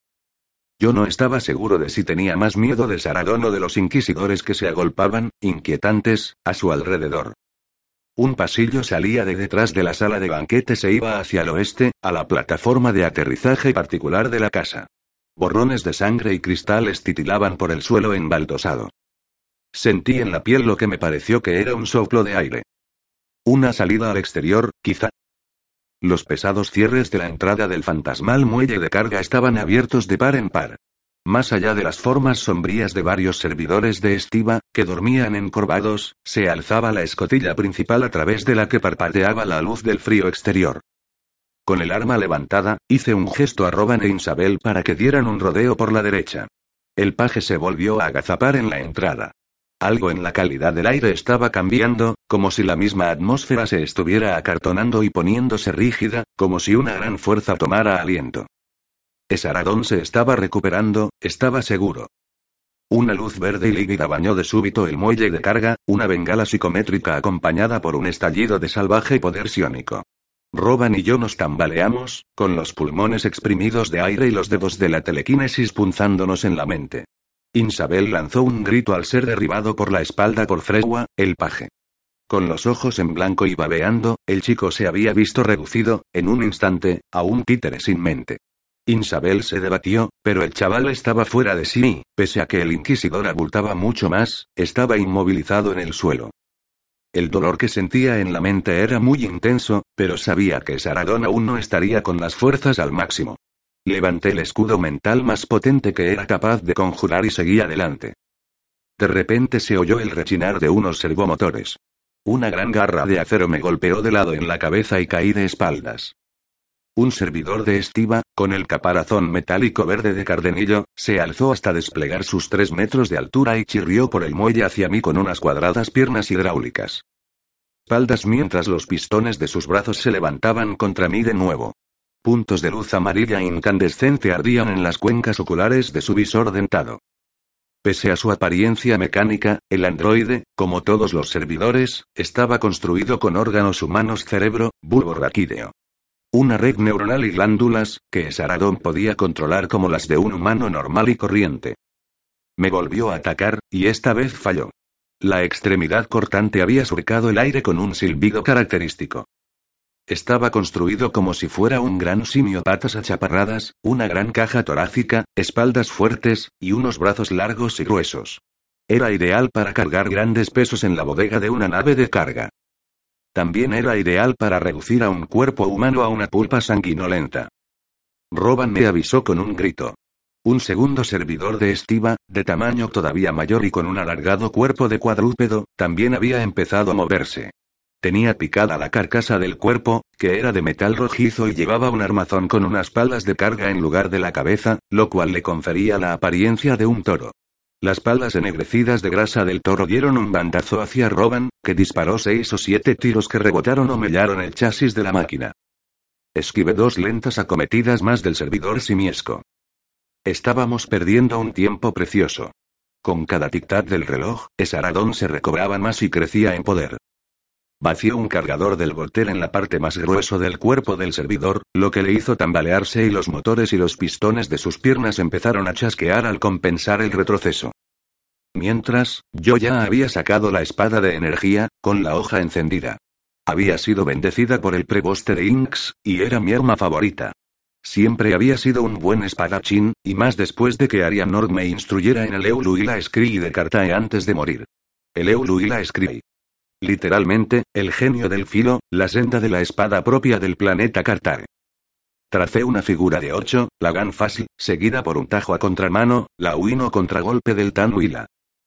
S1: Yo no estaba seguro de si tenía más miedo de Saradón o de los inquisidores que se agolpaban, inquietantes, a su alrededor. Un pasillo salía de detrás de la sala de banquetes e iba hacia el oeste, a la plataforma de aterrizaje particular de la casa. Borrones de sangre y cristales titilaban por el suelo embaldosado. Sentí en la piel lo que me pareció que era un soplo de aire. Una salida al exterior, quizá. Los pesados cierres de la entrada del fantasmal muelle de carga estaban abiertos de par en par. Más allá de las formas sombrías de varios servidores de estiva, que dormían encorvados, se alzaba la escotilla principal a través de la que parpadeaba la luz del frío exterior. Con el arma levantada, hice un gesto a Roban e Isabel para que dieran un rodeo por la derecha. El paje se volvió a agazapar en la entrada. Algo en la calidad del aire estaba cambiando, como si la misma atmósfera se estuviera acartonando y poniéndose rígida, como si una gran fuerza tomara aliento. Esaradón se estaba recuperando, estaba seguro. Una luz verde y lívida bañó de súbito el muelle de carga, una bengala psicométrica acompañada por un estallido de salvaje poder psiónico. Roban y yo nos tambaleamos, con los pulmones exprimidos de aire y los dedos de la telequinesis punzándonos en la mente. Isabel lanzó un grito al ser derribado por la espalda por Fregua, el paje. Con los ojos en blanco y babeando, el chico se había visto reducido, en un instante, a un títere sin mente. Isabel se debatió, pero el chaval estaba fuera de sí, pese a que el inquisidor abultaba mucho más, estaba inmovilizado en el suelo. El dolor que sentía en la mente era muy intenso, pero sabía que Saradón aún no estaría con las fuerzas al máximo. Levanté el escudo mental más potente que era capaz de conjurar y seguí adelante. De repente se oyó el rechinar de unos servomotores. Una gran garra de acero me golpeó de lado en la cabeza y caí de espaldas. Un servidor de estiva, con el caparazón metálico verde de cardenillo, se alzó hasta desplegar sus tres metros de altura y chirrió por el muelle hacia mí con unas cuadradas piernas hidráulicas. Espaldas mientras los pistones de sus brazos se levantaban contra mí de nuevo. Puntos de luz amarilla incandescente ardían en las cuencas oculares de su visor dentado. Pese a su apariencia mecánica, el androide, como todos los servidores, estaba construido con órganos humanos cerebro, bulbo raquídeo. Una red neuronal y glándulas, que Saradón podía controlar como las de un humano normal y corriente. Me volvió a atacar, y esta vez falló. La extremidad cortante había surcado el aire con un silbido característico. Estaba construido como si fuera un gran simio, patas achaparradas, una gran caja torácica, espaldas fuertes, y unos brazos largos y gruesos. Era ideal para cargar grandes pesos en la bodega de una nave de carga. También era ideal para reducir a un cuerpo humano a una pulpa sanguinolenta. Roban me avisó con un grito. Un segundo servidor de estiva, de tamaño todavía mayor y con un alargado cuerpo de cuadrúpedo, también había empezado a moverse. Tenía picada la carcasa del cuerpo, que era de metal rojizo y llevaba un armazón con unas palas de carga en lugar de la cabeza, lo cual le confería la apariencia de un toro. Las palas ennegrecidas de grasa del toro dieron un bandazo hacia Roban, que disparó seis o siete tiros que rebotaron o mellaron el chasis de la máquina. Esquivé dos lentas acometidas más del servidor simiesco. Estábamos perdiendo un tiempo precioso. Con cada tic-tac del reloj, Saradón se recobraba más y crecía en poder. Vació un cargador del Volter en la parte más grueso del cuerpo del servidor, lo que le hizo tambalearse y los motores y los pistones de sus piernas empezaron a chasquear al compensar el retroceso. Mientras, yo ya había sacado la espada de energía, con la hoja encendida. Había sido bendecida por el preboste de Inks, y era mi arma favorita. Siempre había sido un buen espadachín, y más después de que Arianor me instruyera en el Eulu y la Scree de Cartae antes de morir. El Eulu y la Scree. Literalmente, el genio del filo, la senda de la espada propia del planeta Cartae. Tracé una figura de ocho, la Gan fácil, seguida por un tajo a contramano, la Uino contragolpe del Tan Huila.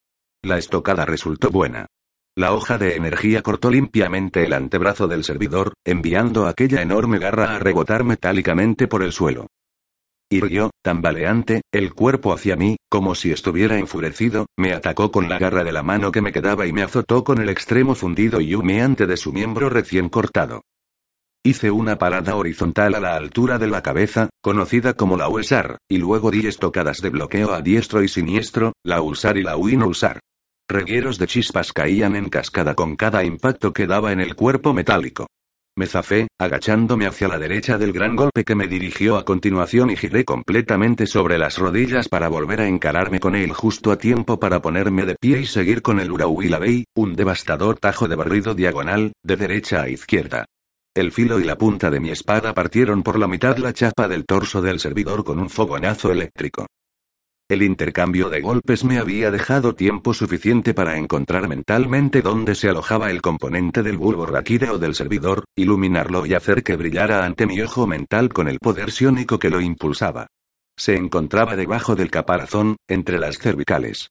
S1: La estocada resultó buena. La hoja de energía cortó limpiamente el antebrazo del servidor, enviando aquella enorme garra a rebotar metálicamente por el suelo. Irguió, tambaleante, el cuerpo hacia mí, como si estuviera enfurecido, me atacó con la garra de la mano que me quedaba y me azotó con el extremo fundido y humeante de su miembro recién cortado. Hice una parada horizontal a la altura de la cabeza, conocida como la U S A R, y luego di estocadas de bloqueo a diestro y siniestro, la U S A R y la Win U S A R. Regueros de chispas caían en cascada con cada impacto que daba en el cuerpo metálico. Me zafé, agachándome hacia la derecha del gran golpe que me dirigió a continuación y giré completamente sobre las rodillas para volver a encararme con él justo a tiempo para ponerme de pie y seguir con el Urahuila Bey, un devastador tajo de barrido diagonal, de derecha a izquierda. El filo y la punta de mi espada partieron por la mitad la chapa del torso del servidor con un fogonazo eléctrico. El intercambio de golpes me había dejado tiempo suficiente para encontrar mentalmente dónde se alojaba el componente del bulbo raquídeo del servidor, iluminarlo y hacer que brillara ante mi ojo mental con el poder psiónico que lo impulsaba. Se encontraba debajo del caparazón, entre las cervicales.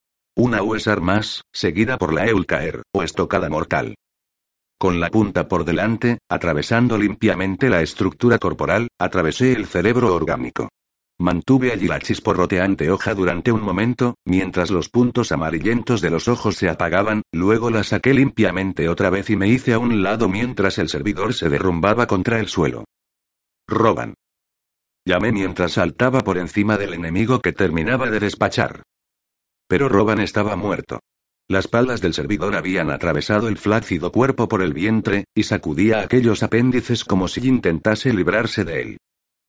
S1: Una U S A R más, seguida por la Eulcaer, o estocada mortal. Con la punta por delante, atravesando limpiamente la estructura corporal, atravesé el cerebro orgánico. Mantuve allí la chisporroteante hoja durante un momento, mientras los puntos amarillentos de los ojos se apagaban, luego la saqué limpiamente otra vez y me hice a un lado mientras el servidor se derrumbaba contra el suelo. Roban. Llamé mientras saltaba por encima del enemigo que terminaba de despachar. Pero Roban estaba muerto. Las palas del servidor habían atravesado el flácido cuerpo por el vientre, y sacudía aquellos apéndices como si intentase librarse de él.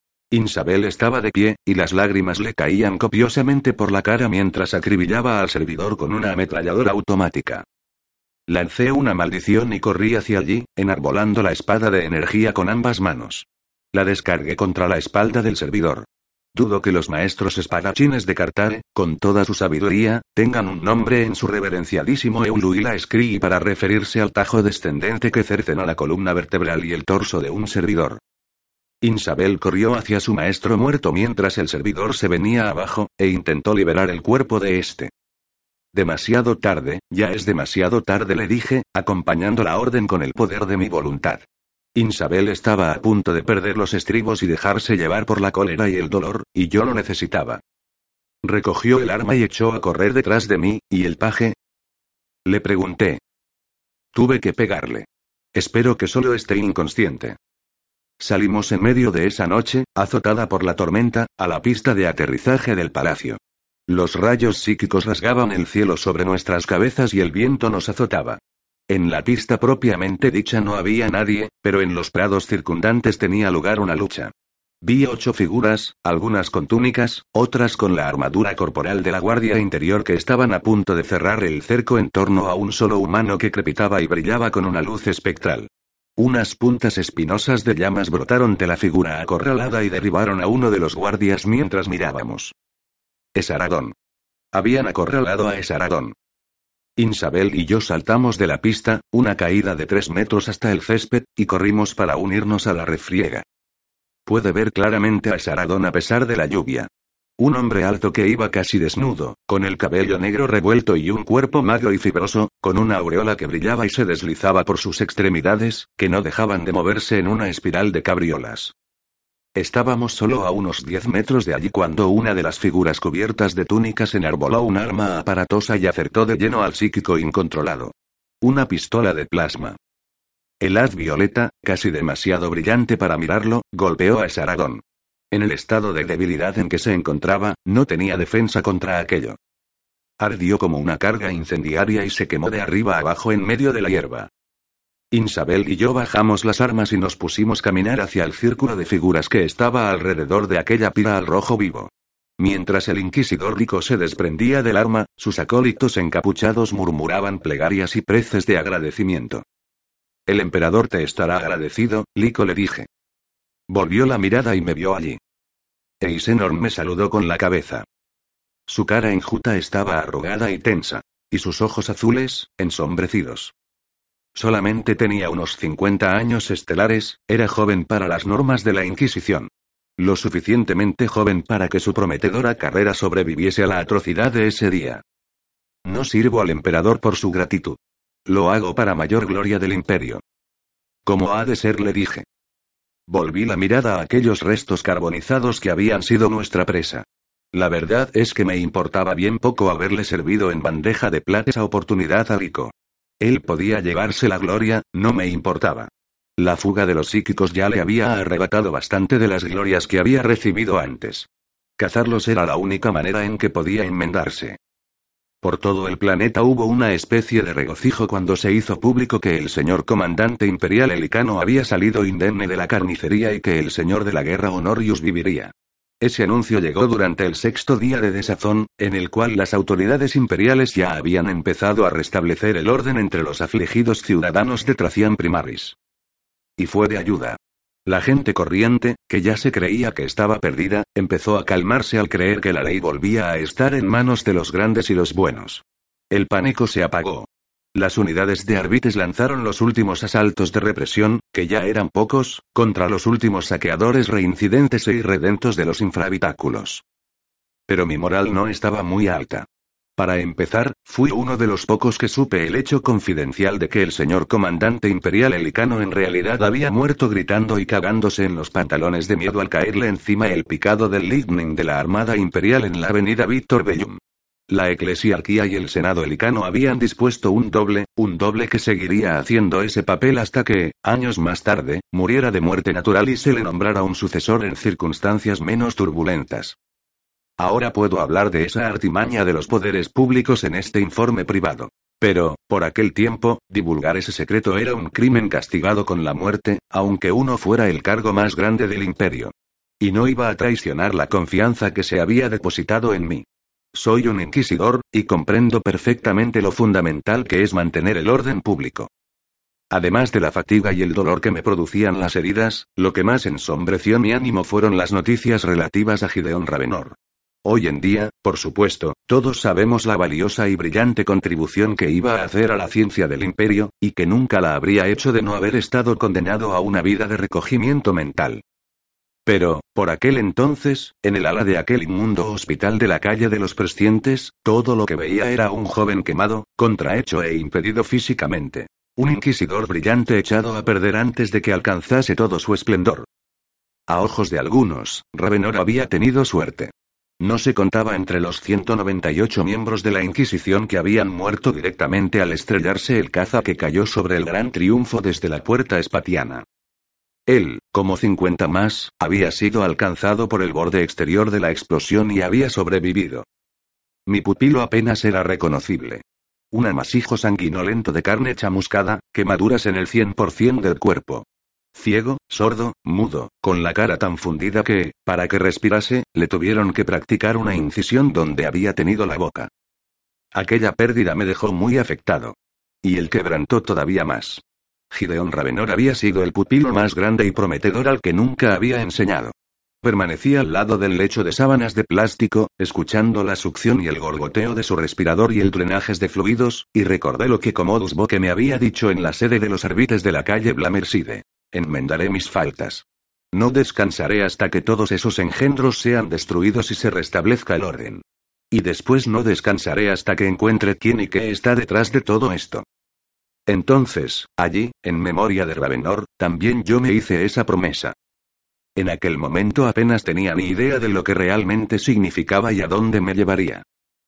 S1: Isabel estaba de pie, y las lágrimas le caían copiosamente por la cara mientras acribillaba al servidor con una ametralladora automática. Lancé una maldición y corrí hacia allí, enarbolando la espada de energía con ambas manos. La descargué contra la espalda del servidor. Dudo que los maestros espadachines de Cartare, con toda su sabiduría, tengan un nombre en su reverenciadísimo Euluila Scrii para referirse al tajo descendente que cercena la columna vertebral y el torso de un servidor. Isabel corrió hacia su maestro muerto mientras el servidor se venía abajo, e intentó liberar el cuerpo de este. Demasiado tarde, ya es demasiado tarde, le dije, acompañando la orden con el poder de mi voluntad. Isabel estaba a punto de perder los estribos y dejarse llevar por la cólera y el dolor, y yo lo necesitaba. Recogió el arma y echó a correr detrás de mí, ¿y el paje? Le pregunté. Tuve que pegarle. Espero que solo esté inconsciente. Salimos en medio de esa noche, azotada por la tormenta, a la pista de aterrizaje del palacio. Los rayos psíquicos rasgaban el cielo sobre nuestras cabezas y el viento nos azotaba. En la pista propiamente dicha no había nadie, pero en los prados circundantes tenía lugar una lucha. Vi ocho figuras, algunas con túnicas, otras con la armadura corporal de la guardia interior que estaban a punto de cerrar el cerco en torno a un solo humano que crepitaba y brillaba con una luz espectral. Unas puntas espinosas de llamas brotaron de la figura acorralada y derribaron a uno de los guardias mientras mirábamos. Esaradón. Habían acorralado a Esaradón. Isabel y yo saltamos de la pista, una caída de tres metros hasta el césped, y corrimos para unirnos a la refriega. Pude ver claramente a Esaradón a pesar de la lluvia. Un hombre alto que iba casi desnudo, con el cabello negro revuelto y un cuerpo magro y fibroso, con una aureola que brillaba y se deslizaba por sus extremidades, que no dejaban de moverse en una espiral de cabriolas. Estábamos solo a unos diez metros de allí cuando una de las figuras cubiertas de túnicas enarboló un arma aparatosa y acertó de lleno al psíquico incontrolado. Una pistola de plasma. El haz violeta, casi demasiado brillante para mirarlo, golpeó a Esaradón. En el estado de debilidad en que se encontraba, no tenía defensa contra aquello. Ardió como una carga incendiaria y se quemó de arriba abajo en medio de la hierba. Isabel y yo bajamos las armas y nos pusimos a caminar hacia el círculo de figuras que estaba alrededor de aquella pira al rojo vivo. Mientras el inquisidor Rico se desprendía del arma, sus acólitos encapuchados murmuraban plegarias y preces de agradecimiento. El emperador te estará agradecido, Lico, le dije. Volvió la mirada y me vio allí. Eisenor me saludó con la cabeza. Su cara enjuta estaba arrugada y tensa. Y sus ojos azules, ensombrecidos. Solamente tenía unos cincuenta años estelares, era joven para las normas de la Inquisición. Lo suficientemente joven para que su prometedora carrera sobreviviese a la atrocidad de ese día. No sirvo al emperador por su gratitud. Lo hago para mayor gloria del imperio. Como ha de ser, le dije. Volví la mirada a aquellos restos carbonizados que habían sido nuestra presa. La verdad es que me importaba bien poco haberle servido en bandeja de plata esa oportunidad a Rico. Él podía llevarse la gloria, no me importaba. La fuga de los psíquicos ya le había arrebatado bastante de las glorias que había recibido antes. Cazarlos era la única manera en que podía enmendarse. Por todo el planeta hubo una especie de regocijo cuando se hizo público que el señor comandante imperial Helicano había salido indemne de la carnicería y que el señor de la guerra Honorius viviría. Ese anuncio llegó durante el sexto día de desazón, en el cual las autoridades imperiales ya habían empezado a restablecer el orden entre los afligidos ciudadanos de Tracian Primaris. Y fue de ayuda. La gente corriente, que ya se creía que estaba perdida, empezó a calmarse al creer que la ley volvía a estar en manos de los grandes y los buenos. El pánico se apagó. Las unidades de Arbites lanzaron los últimos asaltos de represión, que ya eran pocos, contra los últimos saqueadores reincidentes e irredentos de los infrahabitáculos. Pero mi moral no estaba muy alta. Para empezar, fui uno de los pocos que supe el hecho confidencial de que el señor comandante imperial Helicano en realidad había muerto gritando y cagándose en los pantalones de miedo al caerle encima el picado del lightning de la Armada Imperial en la avenida Víctor Bellum. La eclesiarquía y el senado helicano habían dispuesto un doble, un doble que seguiría haciendo ese papel hasta que, años más tarde, muriera de muerte natural y se le nombrara un sucesor en circunstancias menos turbulentas. Ahora puedo hablar de esa artimaña de los poderes públicos en este informe privado. Pero, por aquel tiempo, divulgar ese secreto era un crimen castigado con la muerte, aunque uno fuera el cargo más grande del imperio. Y no iba a traicionar la confianza que se había depositado en mí. Soy un inquisidor, y comprendo perfectamente lo fundamental que es mantener el orden público. Además de la fatiga y el dolor que me producían las heridas, lo que más ensombreció mi ánimo fueron las noticias relativas a Gideon Ravenor. Hoy en día, por supuesto, todos sabemos la valiosa y brillante contribución que iba a hacer a la ciencia del imperio, y que nunca la habría hecho de no haber estado condenado a una vida de recogimiento mental. Pero, por aquel entonces, en el ala de aquel inmundo hospital de la calle de los Prescientes, todo lo que veía era un joven quemado, contrahecho e impedido físicamente. Un inquisidor brillante echado a perder antes de que alcanzase todo su esplendor. A ojos de algunos, Ravenor había tenido suerte. No se contaba entre los ciento noventa y ocho miembros de la Inquisición que habían muerto directamente al estrellarse el caza que cayó sobre el Gran Triunfo desde la Puerta Espatiana. Él, como cincuenta más, había sido alcanzado por el borde exterior de la explosión y había sobrevivido. Mi pupilo apenas era reconocible. Un amasijo sanguinolento de carne chamuscada, quemaduras en el cien por ciento del cuerpo. Ciego, sordo, mudo, con la cara tan fundida que, para que respirase, le tuvieron que practicar una incisión donde había tenido la boca. Aquella pérdida me dejó muy afectado. Y el quebrantó todavía más. Gideon Ravenor había sido el pupilo más grande y prometedor al que nunca había enseñado. Permanecí al lado del lecho de sábanas de plástico, escuchando la succión y el gorgoteo de su respirador y el drenajes de fluidos, y recordé lo que Commodus Boque me había dicho en la sede de los arbites de la calle Blamerside. Enmendaré mis faltas. No descansaré hasta que todos esos engendros sean destruidos y se restablezca el orden. Y después no descansaré hasta que encuentre quién y qué está detrás de todo esto. Entonces, allí, en memoria de Ravenor, también yo me hice esa promesa. En aquel momento apenas tenía ni idea de lo que realmente significaba y a dónde me llevaría.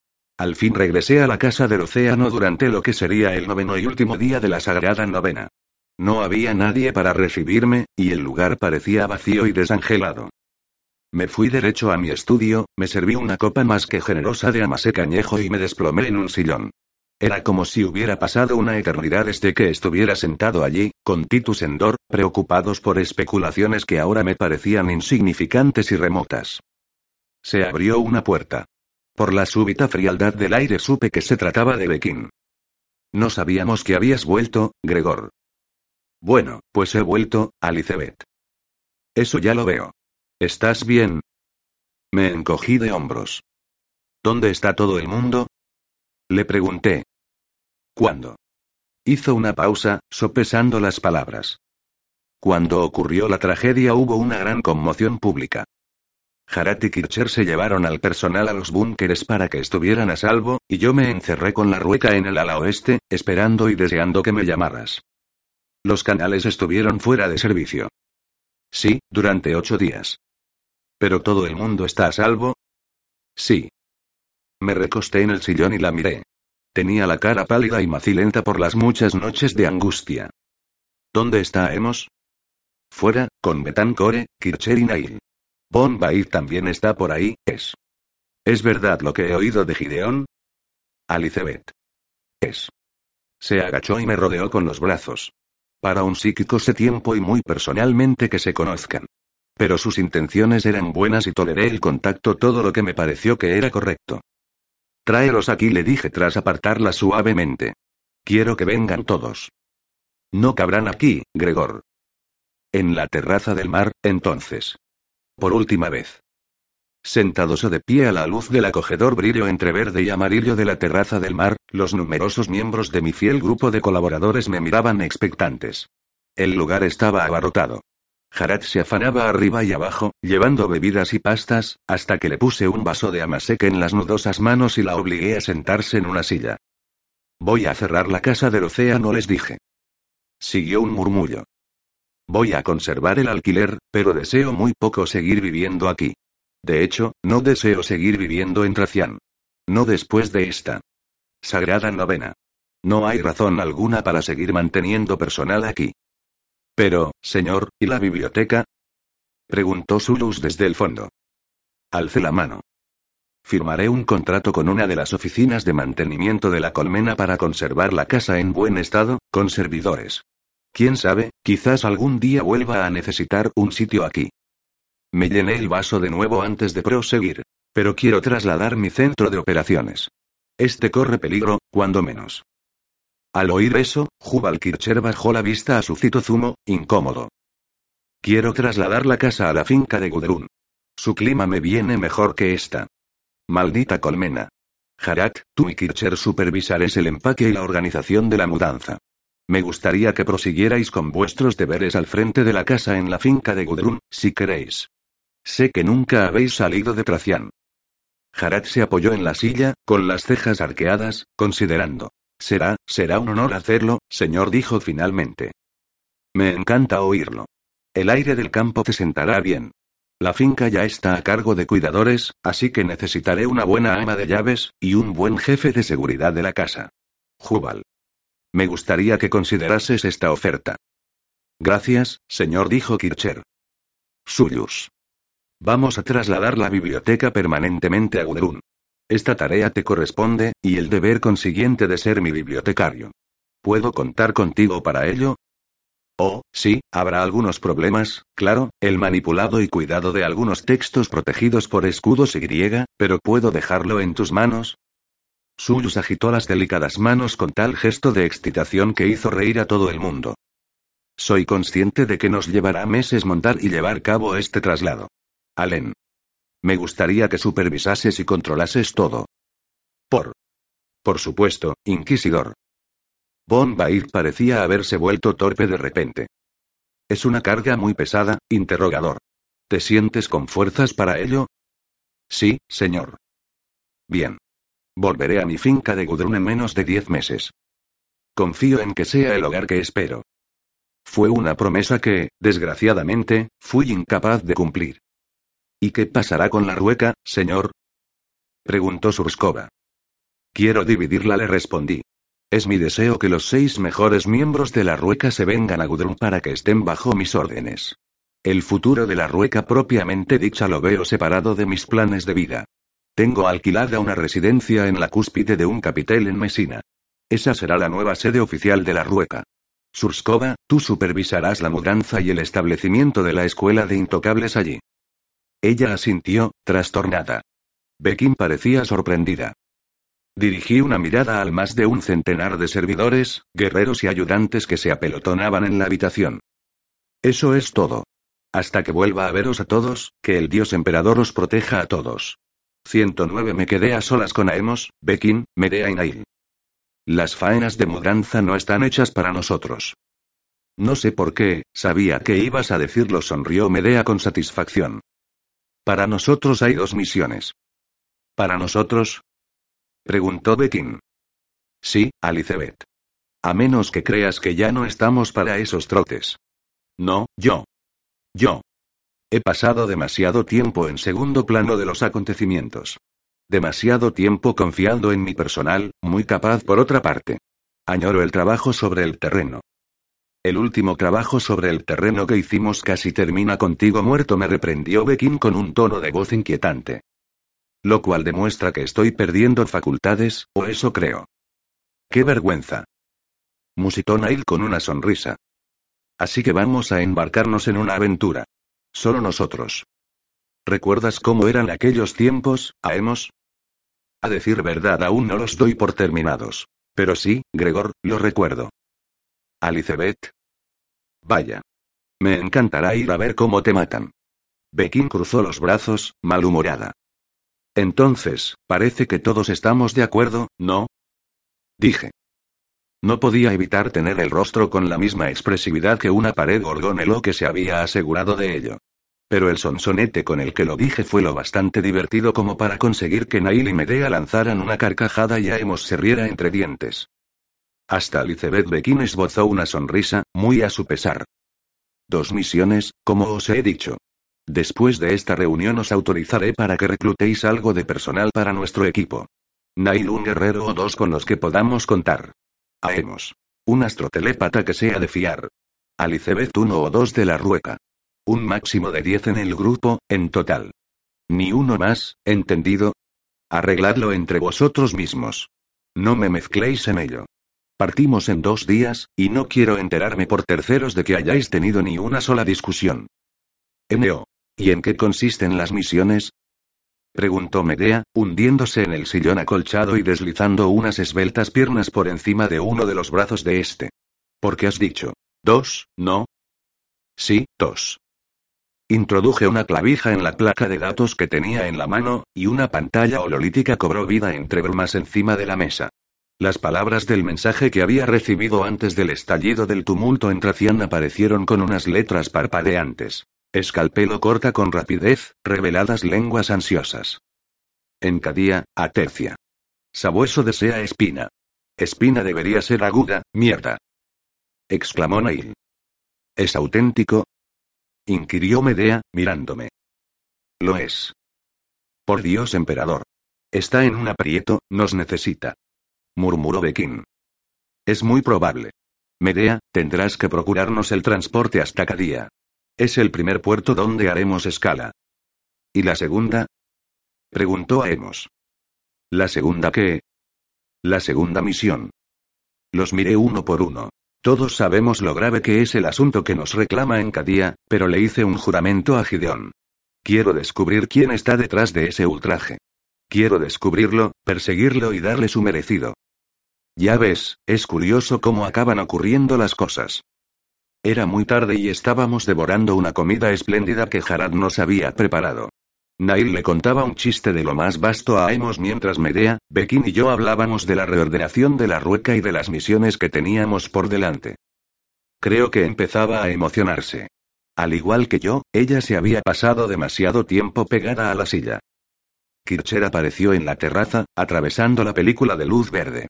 S1: Al fin regresé a la casa del océano durante lo que sería el noveno y último día de la sagrada novena. No había nadie para recibirme, y el lugar parecía vacío y desangelado. Me fui derecho a mi estudio, me serví una copa más que generosa de amasé cañejo y me desplomé en un sillón. Era como si hubiera pasado una eternidad desde que estuviera sentado allí, con Titus Endor, preocupados por especulaciones que ahora me parecían insignificantes y remotas. Se abrió una puerta. Por la súbita frialdad del aire supe que se trataba de Bequín. No sabíamos que habías vuelto, Gregor. Bueno, pues he vuelto, Alicebeth. Eso ya lo veo. ¿Estás bien? Me encogí de hombros. ¿Dónde está todo el mundo? Le pregunté. ¿Cuándo? Hizo una pausa, sopesando las palabras. Cuando ocurrió la tragedia hubo una gran conmoción pública. Harat y Kircher se llevaron al personal a los búnkeres para que estuvieran a salvo, y yo me encerré con la rueca en el ala oeste, esperando y deseando que me llamaras. Los canales estuvieron fuera de servicio. Sí, durante ocho días. ¿Pero todo el mundo está a salvo? Sí. Me recosté en el sillón y la miré. Tenía la cara pálida y macilenta por las muchas noches de angustia. ¿Dónde está Emos? Fuera, con Betancore, Kircher y Nail. Von Baid también está por ahí, es. ¿Es verdad lo que he oído de Gideon? Alicebeth. Es. Se agachó y me rodeó con los brazos. Para un psíquico sé tiempo y muy personalmente que se conozcan. Pero sus intenciones eran buenas y toleré el contacto todo lo que me pareció que era correcto. Tráelos aquí, le dije tras apartarla suavemente. Quiero que vengan todos. No cabrán aquí, Gregor. En la terraza del mar, entonces. Por última vez. Sentados o de pie a la luz del acogedor brillo entre verde y amarillo de la terraza del mar, los numerosos miembros de mi fiel grupo de colaboradores me miraban expectantes. El lugar estaba abarrotado. Harat se afanaba arriba y abajo, llevando bebidas y pastas, hasta que le puse un vaso de amasec en las nudosas manos y la obligué a sentarse en una silla. Voy a cerrar la casa del océano, les dije. Siguió un murmullo. Voy a conservar el alquiler, pero deseo muy poco seguir viviendo aquí. De hecho, no deseo seguir viviendo en Tracián. No después de esta sagrada novena. No hay razón alguna para seguir manteniendo personal aquí. Pero, señor, ¿y la biblioteca? Preguntó Zulus desde el fondo. Alcé la mano. Firmaré un contrato con una de las oficinas de mantenimiento de la colmena para conservar la casa en buen estado, con servidores. Quién sabe, quizás algún día vuelva a necesitar un sitio aquí. Me llené el vaso de nuevo antes de proseguir. Pero quiero trasladar mi centro de operaciones. Este corre peligro, cuando menos. Al oír eso, Jubal Kircher bajó la vista a su Citozumo, incómodo. Quiero trasladar la casa a la finca de Gudrun. Su clima me viene mejor que esta. Maldita colmena. Harak, tú y Kircher supervisaréis el empaque y la organización de la mudanza. Me gustaría que prosiguierais con vuestros deberes al frente de la casa en la finca de Gudrun, si queréis. Sé que nunca habéis salido de Tracián. Harak se apoyó en la silla, con las cejas arqueadas, considerando. Será, será un honor hacerlo, señor, dijo finalmente. Me encanta oírlo. El aire del campo te sentará bien. La finca ya está a cargo de cuidadores, así que necesitaré una buena ama de llaves, y un buen jefe de seguridad de la casa. Jubal. Me gustaría que considerases esta oferta. Gracias, señor, dijo Kircher. Suyus. Vamos a trasladar la biblioteca permanentemente a Gudrun. Esta tarea te corresponde, y el deber consiguiente de ser mi bibliotecario. ¿Puedo contar contigo para ello? Oh, sí, habrá algunos problemas, claro, el manipulado y cuidado de algunos textos protegidos por escudos y griega, pero ¿puedo dejarlo en tus manos? Suyus agitó las delicadas manos con tal gesto de excitación que hizo reír a todo el mundo. Soy consciente de que nos llevará meses montar y llevar a cabo este traslado. Allen. Me gustaría que supervisases y controlases todo. Por. Por supuesto, Inquisidor. Von Bair parecía haberse vuelto torpe de repente. ¿Es una carga muy pesada, interrogador? ¿Te sientes con fuerzas para ello? Sí, señor. Bien. Volveré a mi finca de Gudrun en menos de diez meses. Confío en que sea el hogar que espero. Fue una promesa que, desgraciadamente, fui incapaz de cumplir. ¿Y qué pasará con la rueca, señor? Preguntó Surskova. Quiero dividirla, le respondí. Es mi deseo que los seis mejores miembros de la rueca se vengan a Gudrun para que estén bajo mis órdenes. El futuro de la rueca propiamente dicha lo veo separado de mis planes de vida. Tengo alquilada una residencia en la cúspide de un capitel en Mesina. Esa será la nueva sede oficial de la rueca. Surskova, tú supervisarás la mudanza y el establecimiento de la escuela de intocables allí. Ella asintió, trastornada. Bekin parecía sorprendida. Dirigí una mirada al más de un centenar de servidores, guerreros y ayudantes que se apelotonaban en la habitación. Eso es todo. Hasta que vuelva a veros a todos, que el dios emperador os proteja a todos. ciento nueve Me quedé a solas con Aemos, Bekin, Medea y Nail. Las faenas de mudanza no están hechas para nosotros. No sé por qué, sabía que ibas a decirlo, sonrió Medea con satisfacción. Para nosotros hay dos misiones. ¿Para nosotros? Preguntó Bekin. Sí, Alicebet. A menos que creas que ya no estamos para esos trotes. No, yo. Yo. He pasado demasiado tiempo en segundo plano de los acontecimientos. Demasiado tiempo confiando en mi personal, muy capaz por otra parte. Añoro el trabajo sobre el terreno. El último trabajo sobre el terreno que hicimos casi termina contigo muerto, me reprendió Bekin con un tono de voz inquietante. Lo cual demuestra que estoy perdiendo facultades, o eso creo. ¡Qué vergüenza! Musitó Nail con una sonrisa. Así que vamos a embarcarnos en una aventura. Solo nosotros. ¿Recuerdas cómo eran aquellos tiempos, Aemos? A decir verdad, aún no los doy por terminados. Pero sí, Gregor, lo recuerdo. Alicebet. Vaya. Me encantará ir a ver cómo te matan. Bekin cruzó los brazos, malhumorada. Entonces, parece que todos estamos de acuerdo, ¿no? Dije. No podía evitar tener el rostro con la misma expresividad que una pared gorgoneló que se había asegurado de ello. Pero el sonsonete con el que lo dije fue lo bastante divertido como para conseguir que Nail y Medea lanzaran una carcajada y Aemos se riera entre dientes. Hasta Alicebet Bekin esbozó una sonrisa, muy a su pesar. Dos misiones, como os he dicho. Después de esta reunión os autorizaré para que reclutéis algo de personal para nuestro equipo. Nail, un guerrero o dos con los que podamos contar. Aemos. Un astrotelépata que sea de fiar. Alicebet, uno o dos de la rueca. Un máximo de diez en el grupo, en total. Ni uno más, ¿entendido? Arregladlo entre vosotros mismos. No me mezcléis en ello. Partimos en dos días, y no quiero enterarme por terceros de que hayáis tenido ni una sola discusión. N O. ¿Y en qué consisten las misiones? Preguntó Medea, hundiéndose en el sillón acolchado y deslizando unas esbeltas piernas por encima de uno de los brazos de este. ¿Por qué has dicho? Dos, ¿no? Sí, dos. Introduje una clavija en la placa de datos que tenía en la mano, y una pantalla hololítica cobró vida entre bromas encima de la mesa. Las palabras del mensaje que había recibido antes del estallido del tumulto en Tracián aparecieron con unas letras parpadeantes. Escalpelo corta con rapidez, reveladas lenguas ansiosas. Encadía, a tercia. Sabueso desea espina. Espina debería ser aguda, mierda. Exclamó Nail. ¿Es auténtico? Inquirió Medea, mirándome. Lo es. Por Dios, emperador. Está en un aprieto, nos necesita. Murmuró Bequín. Es muy probable. Medea, tendrás que procurarnos el transporte hasta Cadía. Es el primer puerto donde haremos escala. ¿Y la segunda? Preguntó Aemos. ¿La segunda qué? La segunda misión. Los miré uno por uno. Todos sabemos lo grave que es el asunto que nos reclama en Cadía, pero le hice un juramento a Gideón. Quiero descubrir quién está detrás de ese ultraje. Quiero descubrirlo, perseguirlo y darle su merecido. Ya ves, es curioso cómo acaban ocurriendo las cosas. Era muy tarde y estábamos devorando una comida espléndida que Harad nos había preparado. Nail le contaba un chiste de lo más vasto a Aemos mientras Medea, Bequín y yo hablábamos de la reordenación de la rueca y de las misiones que teníamos por delante. Creo que empezaba a emocionarse. Al igual que yo, ella se había pasado demasiado tiempo pegada a la silla. Kircher apareció en la terraza, atravesando la película de luz verde.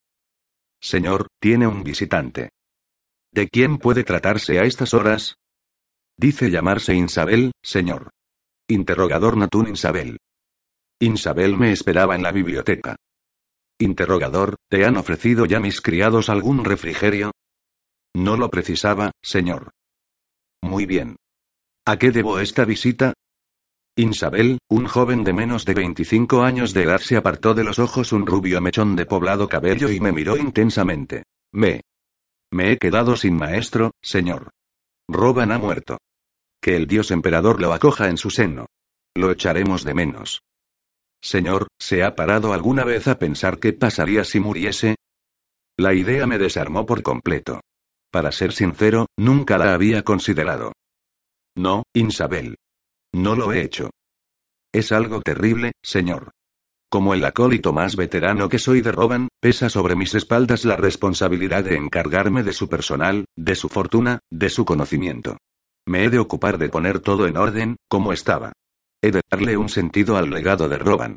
S1: Señor, tiene un visitante. ¿De quién puede tratarse a estas horas? Dice llamarse Insabel, señor. Interrogador Natún Insabel. Insabel me esperaba en la biblioteca. Interrogador, ¿te han ofrecido ya mis criados algún refrigerio? No lo precisaba, señor. Muy bien. ¿A qué debo esta visita? Insabel, un joven de menos de veinticinco años de edad, se apartó de los ojos un rubio mechón de poblado cabello y me miró intensamente. Me. Me he quedado sin maestro, señor. Roban ha muerto. Que el dios emperador lo acoja en su seno. Lo echaremos de menos. Señor, ¿se ha parado alguna vez a pensar qué pasaría si muriese? La idea me desarmó por completo. Para ser sincero, nunca la había considerado. No, Insabel. No lo he hecho. Es algo terrible, señor. Como el acólito más veterano que soy de Roban, pesa sobre mis espaldas la responsabilidad de encargarme de su personal, de su fortuna, de su conocimiento. Me he de ocupar de poner todo en orden, como estaba. He de darle un sentido al legado de Roban.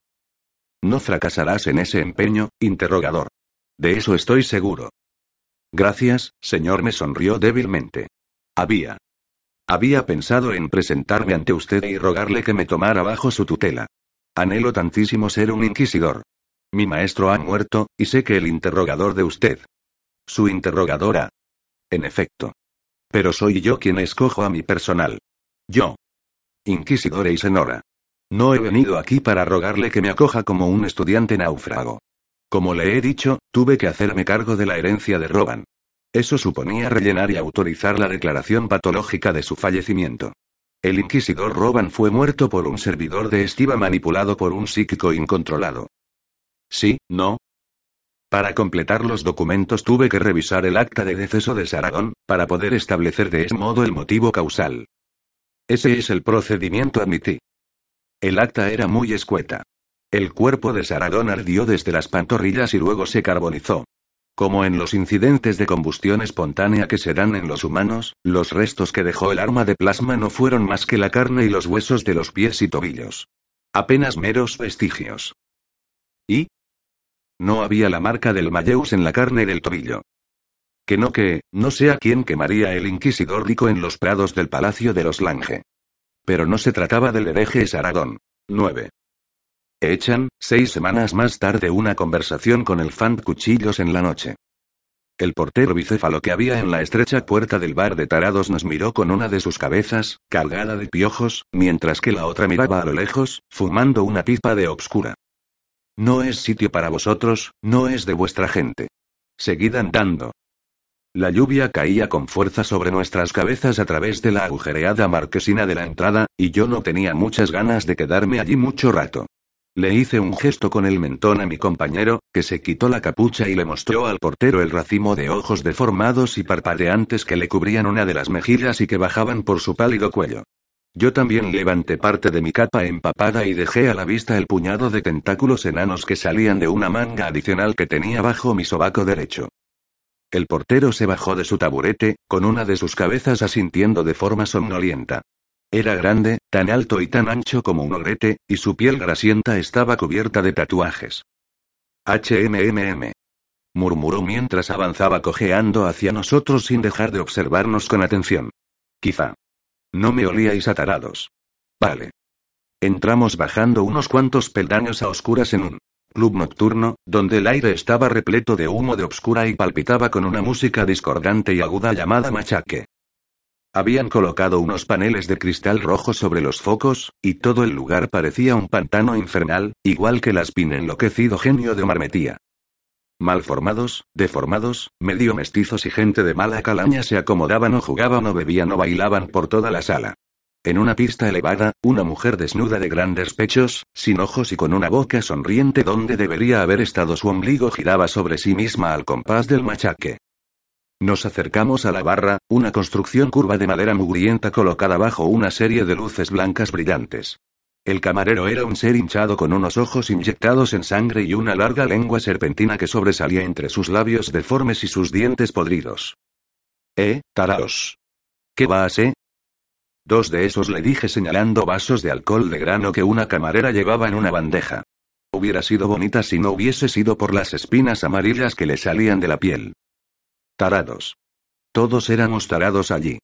S1: No fracasarás en ese empeño, interrogador. De eso estoy seguro. Gracias, señor, me sonrió débilmente. Había. Había pensado en presentarme ante usted y rogarle que me tomara bajo su tutela. Anhelo tantísimo ser un inquisidor. Mi maestro ha muerto, y sé que el interrogador de usted. Su interrogadora. En efecto. Pero soy yo quien escojo a mi personal. Yo. Inquisidor Eisenora. No he venido aquí para rogarle que me acoja como un estudiante náufrago. Como le he dicho, tuve que hacerme cargo de la herencia de Roban. Eso suponía rellenar y autorizar la declaración patológica de su fallecimiento. El inquisidor Roban fue muerto por un servidor de Estiva manipulado por un psíquico incontrolado. ¿Sí, no? Para completar los documentos tuve que revisar el acta de deceso de Saragón, para poder establecer de ese modo el motivo causal. Ese es el procedimiento, admití. El acta era muy escueta. El cuerpo de Saragón ardió desde las pantorrillas y luego se carbonizó. Como en los incidentes de combustión espontánea que se dan en los humanos, los restos que dejó el arma de plasma no fueron más que la carne y los huesos de los pies y tobillos. Apenas meros vestigios. ¿Y? No había la marca del Malleus en la carne del tobillo. Que no que, no sé a quién quemaría el inquisidor rico en los prados del palacio de los Lange. Pero no se trataba del hereje Saragón. nueve. Echan, seis semanas más tarde, una conversación con el Fant Cuchillos en la noche. El portero bicéfalo que había en la estrecha puerta del bar de tarados nos miró con una de sus cabezas, cargada de piojos, mientras que la otra miraba a lo lejos, fumando una pipa de obscura. No es sitio para vosotros, no es de vuestra gente. Seguid andando. La lluvia caía con fuerza sobre nuestras cabezas a través de la agujereada marquesina de la entrada, y yo no tenía muchas ganas de quedarme allí mucho rato. Le hice un gesto con el mentón a mi compañero, que se quitó la capucha y le mostró al portero el racimo de ojos deformados y parpadeantes que le cubrían una de las mejillas y que bajaban por su pálido cuello. Yo también levanté parte de mi capa empapada y dejé a la vista el puñado de tentáculos enanos que salían de una manga adicional que tenía bajo mi sobaco derecho. El portero se bajó de su taburete, con una de sus cabezas asintiendo de forma somnolienta. Era grande, tan alto y tan ancho como un ogrete, y su piel grasienta estaba cubierta de tatuajes. «Hmmm», murmuró mientras avanzaba cojeando hacia nosotros sin dejar de observarnos con atención. «Quizá. No me olíais a tarados. Vale». Entramos bajando unos cuantos peldaños a oscuras en un club nocturno, donde el aire estaba repleto de humo de obscura y palpitaba con una música discordante y aguda llamada machaque. Habían colocado unos paneles de cristal rojo sobre los focos, y todo el lugar parecía un pantano infernal, igual que el Aspin enloquecido genio de Marmetía. Malformados, deformados, medio mestizos y gente de mala calaña se acomodaban o jugaban o bebían o bailaban por toda la sala. En una pista elevada, una mujer desnuda de grandes pechos, sin ojos y con una boca sonriente donde debería haber estado su ombligo giraba sobre sí misma al compás del machaque. Nos acercamos a la barra, una construcción curva de madera mugrienta colocada bajo una serie de luces blancas brillantes. El camarero era un ser hinchado con unos ojos inyectados en sangre y una larga lengua serpentina que sobresalía entre sus labios deformes y sus dientes podridos. «Eh, taraos. ¿Qué va a ser?» Dos de esos, le dije señalando vasos de alcohol de grano que una camarera llevaba en una bandeja. Hubiera sido bonita si no hubiese sido por las espinas amarillas que le salían de la piel. Tarados. Todos éramos tarados allí.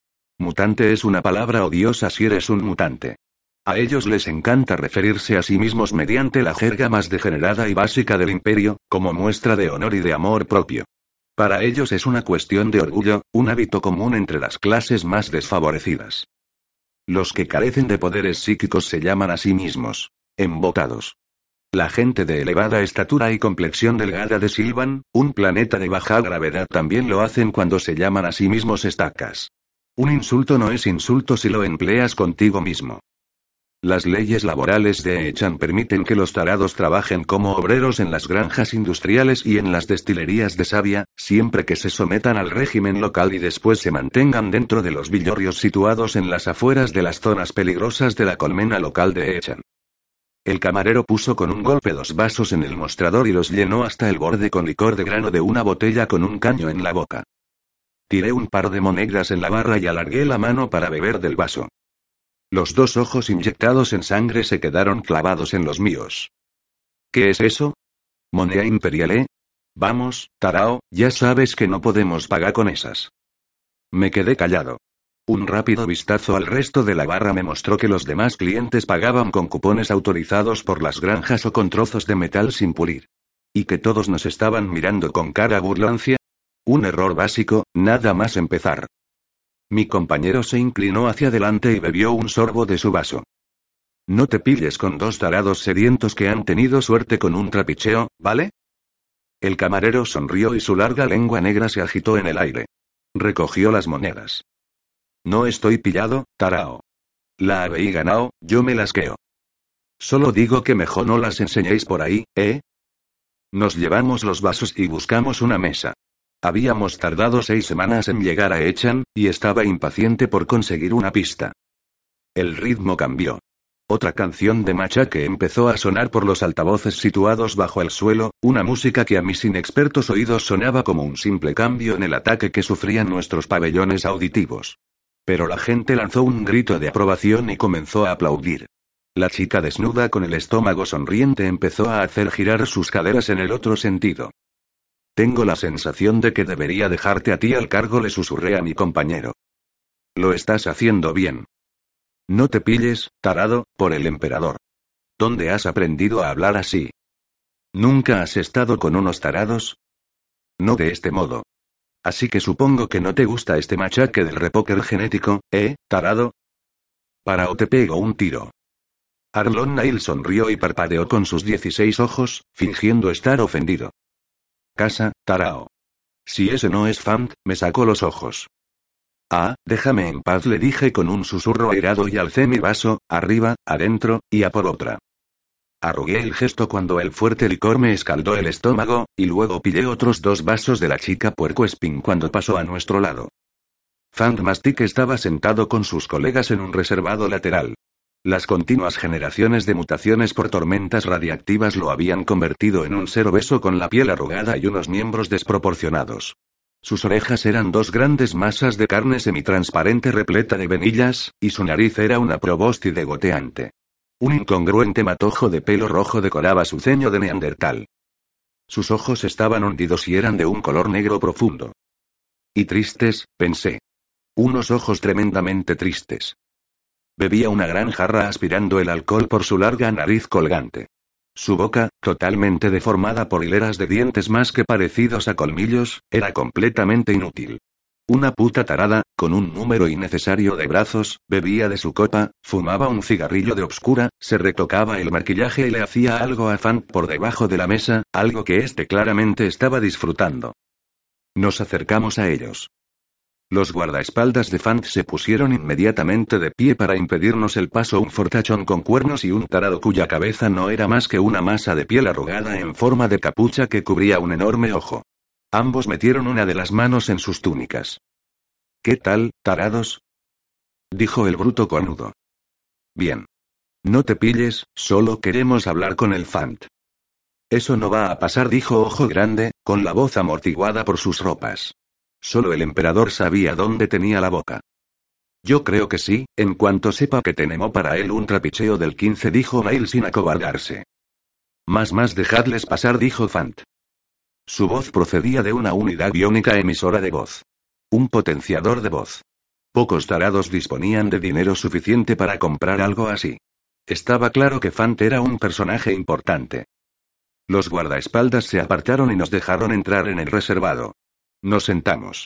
S1: Mutante es una palabra odiosa si eres un mutante. A ellos les encanta referirse a sí mismos mediante la jerga más degenerada y básica del imperio, como muestra de honor y de amor propio. Para ellos es una cuestión de orgullo, un hábito común entre las clases más desfavorecidas. Los que carecen de poderes psíquicos se llaman a sí mismos embotados. La gente de elevada estatura y complexión delgada de Silvan, un planeta de baja gravedad, también lo hacen cuando se llaman a sí mismos estacas. Un insulto no es insulto si lo empleas contigo mismo. Las leyes laborales de Echan permiten que los tarados trabajen como obreros en las granjas industriales y en las destilerías de savia, siempre que se sometan al régimen local y después se mantengan dentro de los villorrios situados en las afueras de las zonas peligrosas de la colmena local de Echan. El camarero puso con un golpe dos vasos en el mostrador y los llenó hasta el borde con licor de grano de una botella con un caño en la boca. Tiré un par de monedas en la barra y alargué la mano para beber del vaso. Los dos ojos inyectados en sangre se quedaron clavados en los míos. ¿Qué es eso? ¿Moneda imperial, eh? Vamos, tarao, ya sabes que no podemos pagar con esas. Me quedé callado. Un rápido vistazo al resto de la barra me mostró que los demás clientes pagaban con cupones autorizados por las granjas o con trozos de metal sin pulir. Y que todos nos estaban mirando con cara burlancia. Un error básico, nada más empezar. Mi compañero se inclinó hacia adelante y bebió un sorbo de su vaso. No te pilles con dos tarados sedientos que han tenido suerte con un trapicheo, ¿vale? El camarero sonrió y su larga lengua negra se agitó en el aire. Recogió las monedas. No estoy pillado, tarao. La habéis ganado, yo me las queo. Solo digo que mejor no las enseñéis por ahí, ¿eh? Nos llevamos los vasos y buscamos una mesa. Habíamos tardado seis semanas en llegar a Echan, y estaba impaciente por conseguir una pista. El ritmo cambió. Otra canción de machaque empezó a sonar por los altavoces situados bajo el suelo, una música que a mis inexpertos oídos sonaba como un simple cambio en el ataque que sufrían nuestros pabellones auditivos. Pero la gente lanzó un grito de aprobación y comenzó a aplaudir. La chica desnuda con el estómago sonriente empezó a hacer girar sus caderas en el otro sentido. Tengo la sensación de que debería dejarte a ti al cargo, le susurré a mi compañero. Lo estás haciendo bien. No te pilles, tarado, por el emperador. ¿Dónde has aprendido a hablar así? ¿Nunca has estado con unos tarados? No de este modo. Así que supongo que no te gusta este machaque del repóquer genético, ¿eh, tarado? Para o te pego un tiro. Arlon Nail sonrió y parpadeó con sus dieciséis ojos, fingiendo estar ofendido. Casa, tarao. Si ese no es Fant, me sacó los ojos. Ah, déjame en paz, le dije con un susurro airado y alcé mi vaso, arriba, adentro, y a por otra. Arrugué el gesto cuando el fuerte licor me escaldó el estómago, y luego pillé otros dos vasos de la chica puercoespín cuando pasó a nuestro lado. Fant Mastic estaba sentado con sus colegas en un reservado lateral. Las continuas generaciones de mutaciones por tormentas radiactivas lo habían convertido en un ser obeso con la piel arrugada y unos miembros desproporcionados. Sus orejas eran dos grandes masas de carne semitransparente repleta de venillas, y su nariz era una probóscide goteante. Un incongruente matojo de pelo rojo decoraba su ceño de neandertal. Sus ojos estaban hundidos y eran de un color negro profundo. Y tristes, pensé. Unos ojos tremendamente tristes. Bebía una gran jarra aspirando el alcohol por su larga nariz colgante. Su boca, totalmente deformada por hileras de dientes más que parecidos a colmillos, era completamente inútil. Una puta tarada, con un número innecesario de brazos, bebía de su copa, fumaba un cigarrillo de obscura, se retocaba el maquillaje y le hacía algo a Fant por debajo de la mesa, algo que éste claramente estaba disfrutando. Nos acercamos a ellos. Los guardaespaldas de Fant se pusieron inmediatamente de pie para impedirnos el paso, un fortachón con cuernos y un tarado cuya cabeza no era más que una masa de piel arrugada en forma de capucha que cubría un enorme ojo. Ambos metieron una de las manos en sus túnicas. ¿Qué tal, tarados?, dijo el bruto cornudo. Bien. No te pilles, solo queremos hablar con el Fant. Eso no va a pasar, dijo Ojo Grande, con la voz amortiguada por sus ropas. Solo el emperador sabía dónde tenía la boca. Yo creo que sí, en cuanto sepa que tenemos para él un trapicheo del quince, dijo Nail sin acobardarse. Más más dejadles pasar, dijo Fant. Su voz procedía de una unidad biónica emisora de voz. Un potenciador de voz. Pocos tarados disponían de dinero suficiente para comprar algo así. Estaba claro que Fant era un personaje importante. Los guardaespaldas se apartaron y nos dejaron entrar en el reservado. Nos sentamos.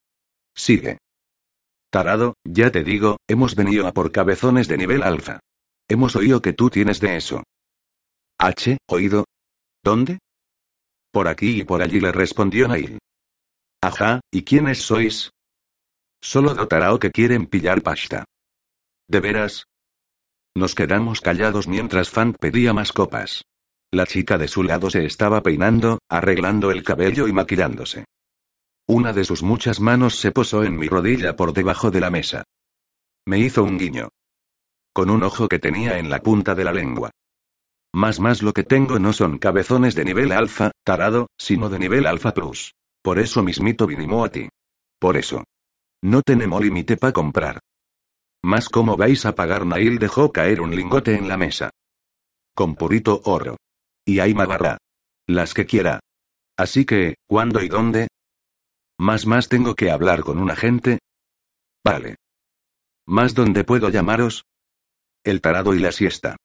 S1: Sigue. Tarado, ya te digo, hemos venido a por cabezones de nivel alfa. Hemos oído que tú tienes de eso. H, ¿oído? ¿Dónde? Por aquí y por allí, le respondió Nail. Ajá, ¿y quiénes sois? Solo dos tarao que quieren pillar pasta. ¿De veras? Nos quedamos callados mientras Fant pedía más copas. La chica de su lado se estaba peinando, arreglando el cabello y maquillándose. Una de sus muchas manos se posó en mi rodilla por debajo de la mesa. Me hizo un guiño. Con un ojo que tenía en la punta de la lengua. Más más lo que tengo no son cabezones de nivel alfa, tarado, sino de nivel alfa plus. Por eso mismito vinimos a ti. Por eso. No tenemos límite pa' comprar. Más cómo vais a pagar. Nail dejó caer un lingote en la mesa. Con purito oro. Y hay mabarra. Las que quiera. Así que, ¿cuándo y dónde? Más más tengo que hablar con un agente. Vale. ¿Más dónde puedo llamaros? El tarado y la siesta.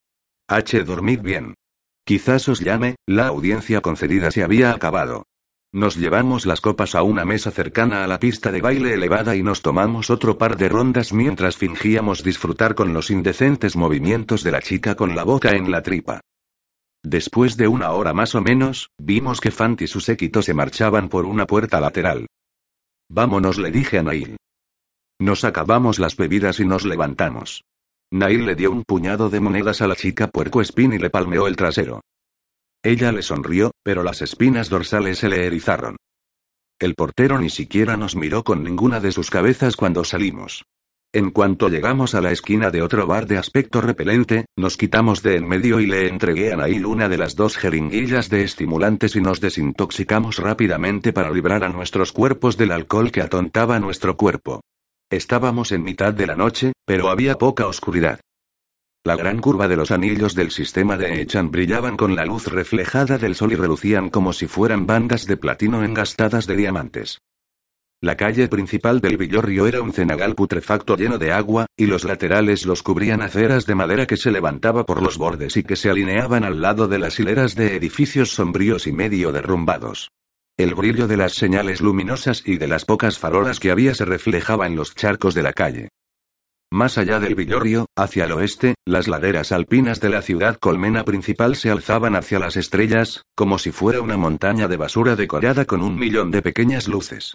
S1: H. Dormid bien. Quizás os llame, la audiencia concedida se había acabado. Nos llevamos las copas a una mesa cercana a la pista de baile elevada y nos tomamos otro par de rondas mientras fingíamos disfrutar con los indecentes movimientos de la chica con la boca en la tripa. Después de una hora más o menos, vimos que Fant y su séquito se marchaban por una puerta lateral. Vámonos, le dije a Nail. Nos acabamos las bebidas y nos levantamos. Nail le dio un puñado de monedas a la chica puercoespín y le palmeó el trasero. Ella le sonrió, pero las espinas dorsales se le erizaron. El portero ni siquiera nos miró con ninguna de sus cabezas cuando salimos. En cuanto llegamos a la esquina de otro bar de aspecto repelente, nos quitamos de en medio y le entregué a Nail una de las dos jeringuillas de estimulantes y nos desintoxicamos rápidamente para librar a nuestros cuerpos del alcohol que atontaba nuestro cuerpo. Estábamos en mitad de la noche, pero había poca oscuridad. La gran curva de los anillos del sistema de Echan brillaban con la luz reflejada del sol y relucían como si fueran bandas de platino engastadas de diamantes. La calle principal del villorrio era un cenagal putrefacto lleno de agua, y los laterales los cubrían aceras de madera que se levantaba por los bordes y que se alineaban al lado de las hileras de edificios sombríos y medio derrumbados. El brillo de las señales luminosas y de las pocas farolas que había se reflejaba en los charcos de la calle. Más allá del villorrio, hacia el oeste, las laderas alpinas de la ciudad colmena principal se alzaban hacia las estrellas, como si fuera una montaña de basura decorada con un millón de pequeñas luces.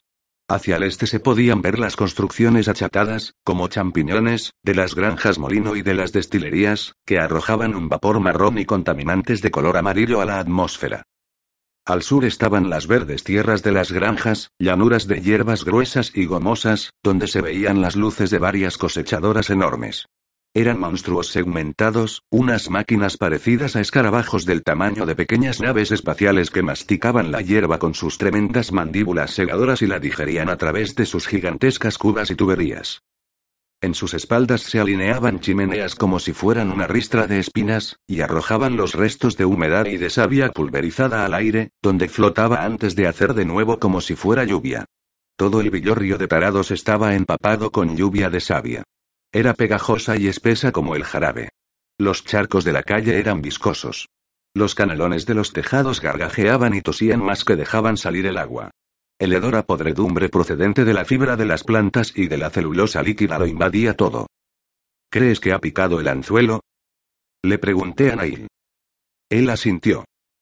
S1: Hacia el este se podían ver las construcciones achatadas, como champiñones, de las granjas molino y de las destilerías, que arrojaban un vapor marrón y contaminantes de color amarillo a la atmósfera. Al sur estaban las verdes tierras de las granjas, llanuras de hierbas gruesas y gomosas, donde se veían las luces de varias cosechadoras enormes. Eran monstruos segmentados, unas máquinas parecidas a escarabajos del tamaño de pequeñas naves espaciales que masticaban la hierba con sus tremendas mandíbulas segadoras y la digerían a través de sus gigantescas cubas y tuberías. En sus espaldas se alineaban chimeneas como si fueran una ristra de espinas, y arrojaban los restos de humedad y de savia pulverizada al aire, donde flotaba antes de hacer de nuevo como si fuera lluvia. Todo el villorrio de tarados estaba empapado con lluvia de savia. Era pegajosa y espesa como el jarabe. Los charcos de la calle eran viscosos. Los canalones de los tejados gargajeaban y tosían más que dejaban salir el agua. El hedor a podredumbre procedente de la fibra de las plantas y de la celulosa líquida lo invadía todo. ¿Crees que ha picado el anzuelo? Le pregunté a Nail. Él asintió.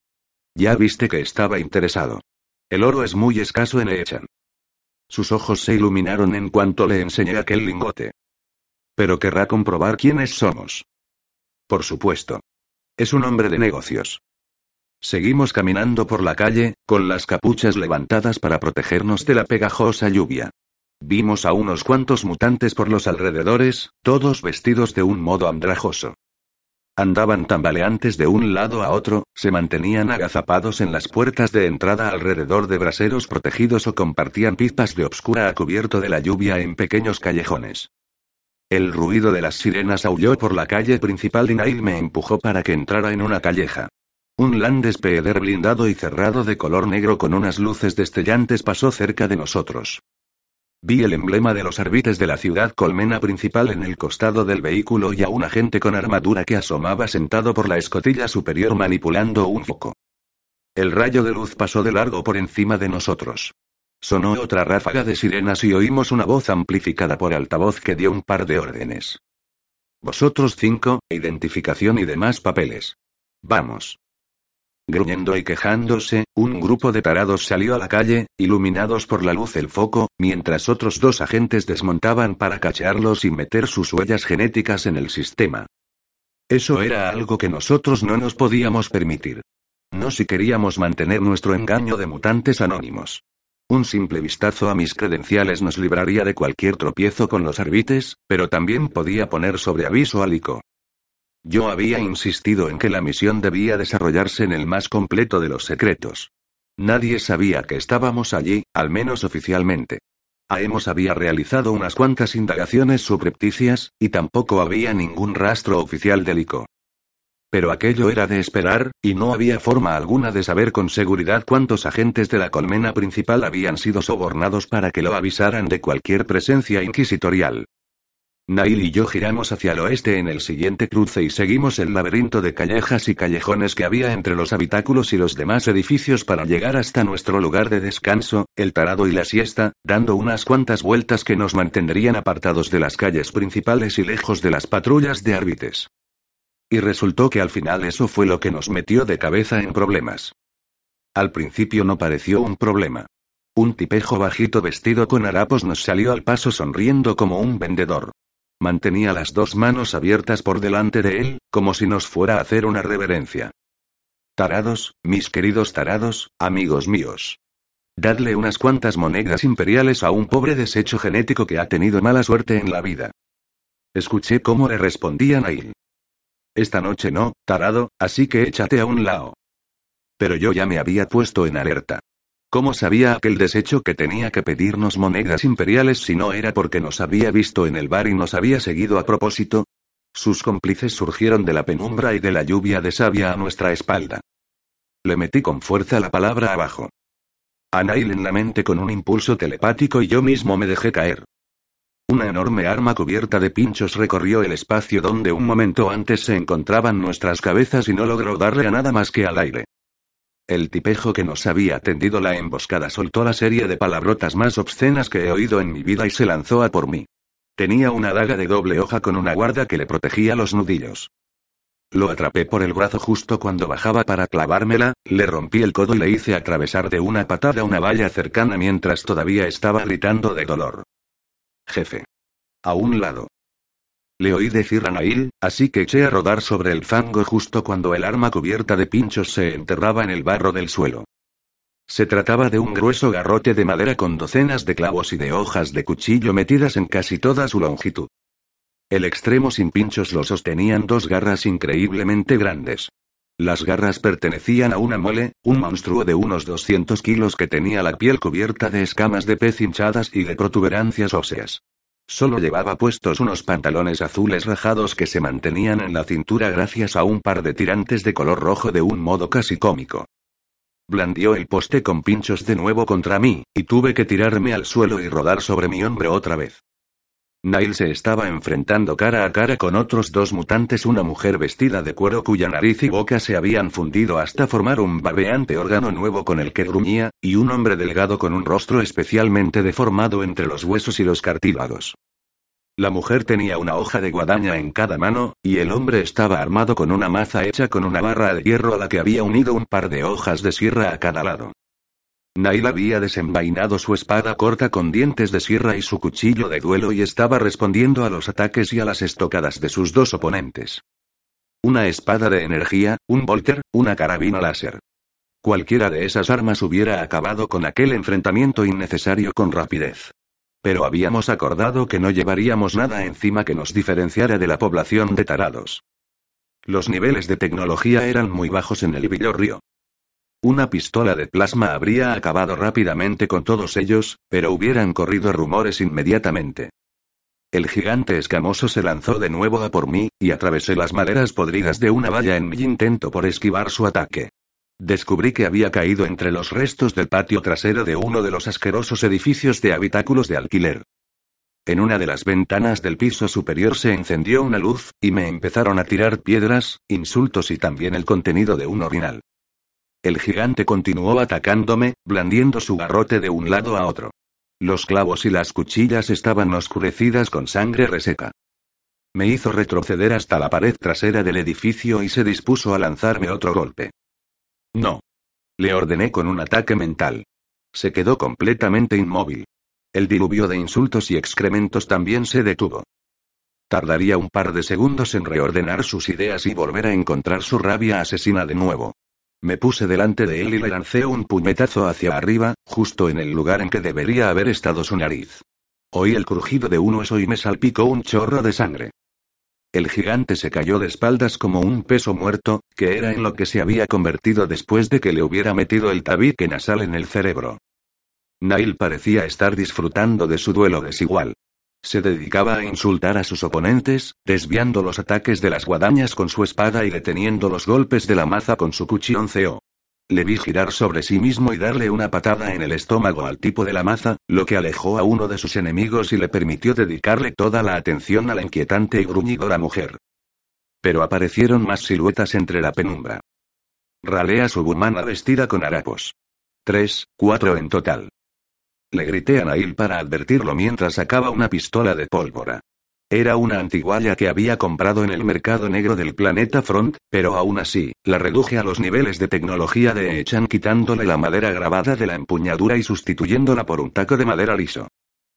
S1: Ya viste que estaba interesado. El oro es muy escaso en Eechan. Sus ojos se iluminaron en cuanto le enseñé aquel lingote. Pero querrá comprobar quiénes somos. Por supuesto. Es un hombre de negocios. Seguimos caminando por la calle, con las capuchas levantadas para protegernos de la pegajosa lluvia. Vimos a unos cuantos mutantes por los alrededores, todos vestidos de un modo andrajoso. Andaban tambaleantes de un lado a otro, se mantenían agazapados en las puertas de entrada alrededor de braseros protegidos o compartían pipas de obscura a cubierto de la lluvia en pequeños callejones. El ruido de las sirenas aulló por la calle principal y Nail me empujó para que entrara en una calleja. Un Land Speeder blindado y cerrado de color negro con unas luces destellantes pasó cerca de nosotros. Vi el emblema de los árbitres de la ciudad colmena principal en el costado del vehículo y a un agente con armadura que asomaba sentado por la escotilla superior manipulando un foco. El rayo de luz pasó de largo por encima de nosotros. Sonó otra ráfaga de sirenas y oímos una voz amplificada por altavoz que dio un par de órdenes. Vosotros cinco, identificación y demás papeles. Vamos. Gruñendo y quejándose, un grupo de tarados salió a la calle, iluminados por la luz del foco, mientras otros dos agentes desmontaban para cachearlos y meter sus huellas genéticas en el sistema. Eso era algo que nosotros no nos podíamos permitir. No si queríamos mantener nuestro engaño de mutantes anónimos. Un simple vistazo a mis credenciales nos libraría de cualquier tropiezo con los árbitres, pero también podía poner sobre aviso a Lico. Yo había insistido en que la misión debía desarrollarse en el más completo de los secretos. Nadie sabía que estábamos allí, al menos oficialmente. Aemos había realizado unas cuantas indagaciones subrepticias, y tampoco había ningún rastro oficial de Lico. Pero aquello era de esperar, y no había forma alguna de saber con seguridad cuántos agentes de la colmena principal habían sido sobornados para que lo avisaran de cualquier presencia inquisitorial. Nail y yo giramos hacia el oeste en el siguiente cruce y seguimos el laberinto de callejas y callejones que había entre los habitáculos y los demás edificios para llegar hasta nuestro lugar de descanso, el tarado y la siesta, dando unas cuantas vueltas que nos mantendrían apartados de las calles principales y lejos de las patrullas de árbitres. Y resultó que al final eso fue lo que nos metió de cabeza en problemas. Al principio no pareció un problema. Un tipejo bajito vestido con harapos nos salió al paso sonriendo como un vendedor. Mantenía las dos manos abiertas por delante de él, como si nos fuera a hacer una reverencia. Tarados, mis queridos tarados, amigos míos. Dadle unas cuantas monedas imperiales a un pobre desecho genético que ha tenido mala suerte en la vida. Escuché cómo le respondían a él. Esta noche no, tarado, así que échate a un lado. Pero yo ya me había puesto en alerta. ¿Cómo sabía aquel desecho que tenía que pedirnos monedas imperiales si no era porque nos había visto en el bar y nos había seguido a propósito? Sus cómplices surgieron de la penumbra y de la lluvia de savia a nuestra espalda. Le metí con fuerza la palabra abajo. A Nail en la mente con un impulso telepático y yo mismo me dejé caer. Una enorme arma cubierta de pinchos recorrió el espacio donde un momento antes se encontraban nuestras cabezas y no logró darle a nada más que al aire. El tipejo que nos había tendido la emboscada soltó la serie de palabrotas más obscenas que he oído en mi vida y se lanzó a por mí. Tenía una daga de doble hoja con una guarda que le protegía los nudillos. Lo atrapé por el brazo justo cuando bajaba para clavármela, le rompí el codo y le hice atravesar de una patada una valla cercana mientras todavía estaba gritando de dolor. Jefe. A un lado. Le oí decir a Nail, así que eché a rodar sobre el fango justo cuando el arma cubierta de pinchos se enterraba en el barro del suelo. Se trataba de un grueso garrote de madera con docenas de clavos y de hojas de cuchillo metidas en casi toda su longitud. El extremo sin pinchos lo sostenían dos garras increíblemente grandes. Las garras pertenecían a una mole, un monstruo de unos doscientos kilos que tenía la piel cubierta de escamas de pez hinchadas y de protuberancias óseas. Solo llevaba puestos unos pantalones azules rajados que se mantenían en la cintura gracias a un par de tirantes de color rojo de un modo casi cómico. Blandió el poste con pinchos de nuevo contra mí, y tuve que tirarme al suelo y rodar sobre mi hombro otra vez. Nail se estaba enfrentando cara a cara con otros dos mutantes, una mujer vestida de cuero cuya nariz y boca se habían fundido hasta formar un babeante órgano nuevo con el que gruñía, y un hombre delgado con un rostro especialmente deformado entre los huesos y los cartílagos. La mujer tenía una hoja de guadaña en cada mano, y el hombre estaba armado con una maza hecha con una barra de hierro a la que había unido un par de hojas de sierra a cada lado. Nail había desenvainado su espada corta con dientes de sierra y su cuchillo de duelo y estaba respondiendo a los ataques y a las estocadas de sus dos oponentes. Una espada de energía, un volter, una carabina láser. Cualquiera de esas armas hubiera acabado con aquel enfrentamiento innecesario con rapidez. Pero habíamos acordado que no llevaríamos nada encima que nos diferenciara de la población de tarados. Los niveles de tecnología eran muy bajos en el Villorrio. Una pistola de plasma habría acabado rápidamente con todos ellos, pero hubieran corrido rumores inmediatamente. El gigante escamoso se lanzó de nuevo a por mí, y atravesé las maderas podridas de una valla en mi intento por esquivar su ataque. Descubrí que había caído entre los restos del patio trasero de uno de los asquerosos edificios de habitáculos de alquiler. En una de las ventanas del piso superior se encendió una luz, y me empezaron a tirar piedras, insultos y también el contenido de un orinal. El gigante continuó atacándome, blandiendo su garrote de un lado a otro. Los clavos y las cuchillas estaban oscurecidas con sangre reseca. Me hizo retroceder hasta la pared trasera del edificio y se dispuso a lanzarme otro golpe. No. Le ordené con un ataque mental. Se quedó completamente inmóvil. El diluvio de insultos y excrementos también se detuvo. Tardaría un par de segundos en reordenar sus ideas y volver a encontrar su rabia asesina de nuevo. Me puse delante de él y le lancé un puñetazo hacia arriba, justo en el lugar en que debería haber estado su nariz. Oí el crujido de un hueso y me salpicó un chorro de sangre. El gigante se cayó de espaldas como un peso muerto, que era en lo que se había convertido después de que le hubiera metido el tabique nasal en el cerebro. Nail parecía estar disfrutando de su duelo desigual. Se dedicaba a insultar a sus oponentes, desviando los ataques de las guadañas con su espada y deteniendo los golpes de la maza con su cuchillónceo. Le vi girar sobre sí mismo y darle una patada en el estómago al tipo de la maza, lo que alejó a uno de sus enemigos y le permitió dedicarle toda la atención a la inquietante y gruñidora mujer. Pero aparecieron más siluetas entre la penumbra. Ralea subhumana vestida con harapos. Tres, cuatro en total. Le grité a Nail para advertirlo mientras sacaba una pistola de pólvora. Era una antigualla que había comprado en el mercado negro del planeta Front, pero aún así, la reduje a los niveles de tecnología de Echan quitándole la madera grabada de la empuñadura y sustituyéndola por un taco de madera liso.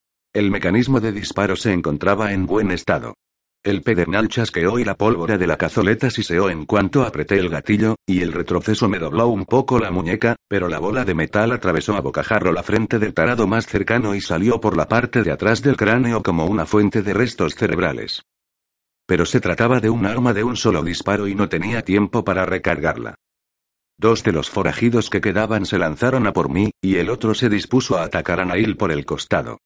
S1: El mecanismo de disparo se encontraba en buen estado. El pedernal chasqueó y la pólvora de la cazoleta siseó en cuanto apreté el gatillo, y el retroceso me dobló un poco la muñeca, pero la bola de metal atravesó a bocajarro la frente del tarado más cercano y salió por la parte de atrás del cráneo como una fuente de restos cerebrales. Pero se trataba de un arma de un solo disparo y no tenía tiempo para recargarla. Dos de los forajidos que quedaban se lanzaron a por mí, y el otro se dispuso a atacar a Nail por el costado.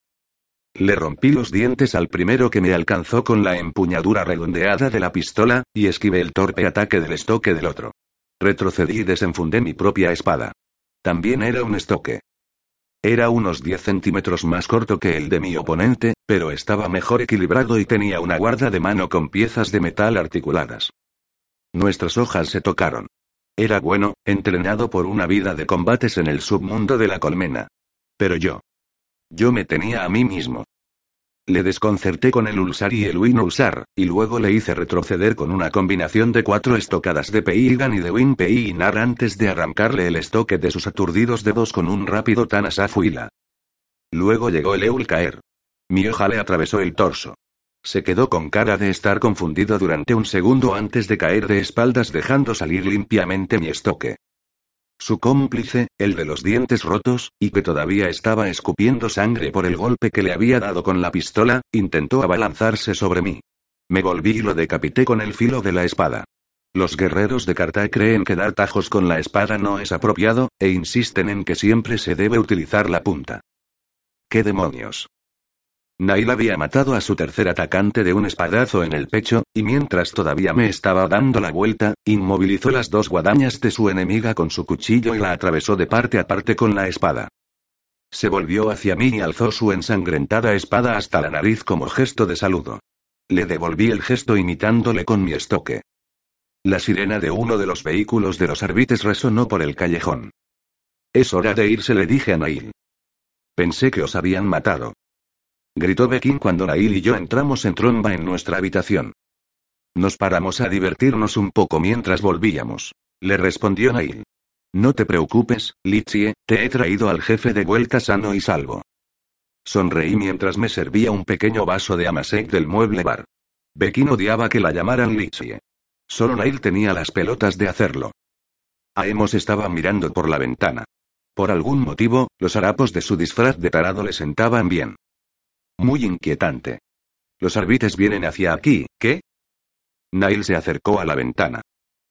S1: Le rompí los dientes al primero que me alcanzó con la empuñadura redondeada de la pistola, y esquivé el torpe ataque del estoque del otro. Retrocedí y desenfundé mi propia espada. También era un estoque. Era unos diez centímetros más corto que el de mi oponente, pero estaba mejor equilibrado y tenía una guarda de mano con piezas de metal articuladas. Nuestras hojas se tocaron. Era bueno, entrenado por una vida de combates en el submundo de la colmena. Pero yo. Yo me tenía a mí mismo. Le desconcerté con el Ulsar y el Win Ulsar, y luego le hice retroceder con una combinación de cuatro estocadas de Peigan y de Win Peinar antes de arrancarle el estoque de sus aturdidos dedos con un rápido Tanasafuila. Luego llegó el Eulcaer. Mi hoja le atravesó el torso. Se quedó con cara de estar confundido durante un segundo antes de caer de espaldas dejando salir limpiamente mi estoque. Su cómplice, el de los dientes rotos, y que todavía estaba escupiendo sangre por el golpe que le había dado con la pistola, intentó abalanzarse sobre mí. Me volví y lo decapité con el filo de la espada. Los guerreros de Carta creen que dar tajos con la espada no es apropiado, e insisten en que siempre se debe utilizar la punta. ¿Qué demonios? Nail había matado a su tercer atacante de un espadazo en el pecho, y mientras todavía me estaba dando la vuelta, inmovilizó las dos guadañas de su enemiga con su cuchillo y la atravesó de parte a parte con la espada. Se volvió hacia mí y alzó su ensangrentada espada hasta la nariz como gesto de saludo. Le devolví el gesto imitándole con mi estoque. La sirena de uno de los vehículos de los árbitres resonó por el callejón. Es hora de irse, le dije a Nail. Pensé que os habían matado. Gritó Bekin cuando Nail y yo entramos en tromba en nuestra habitación. Nos paramos a divertirnos un poco mientras volvíamos. Le respondió Nail. No te preocupes, Litsie, te he traído al jefe de vuelta sano y salvo. Sonreí mientras me servía un pequeño vaso de amasec del mueble bar. Bekin odiaba que la llamaran Litsie. Solo Nail tenía las pelotas de hacerlo. Aemos estaba mirando por la ventana. Por algún motivo, los harapos de su disfraz de tarado le sentaban bien. Muy inquietante. Los árbitres vienen hacia aquí, ¿qué? Nail se acercó a la ventana.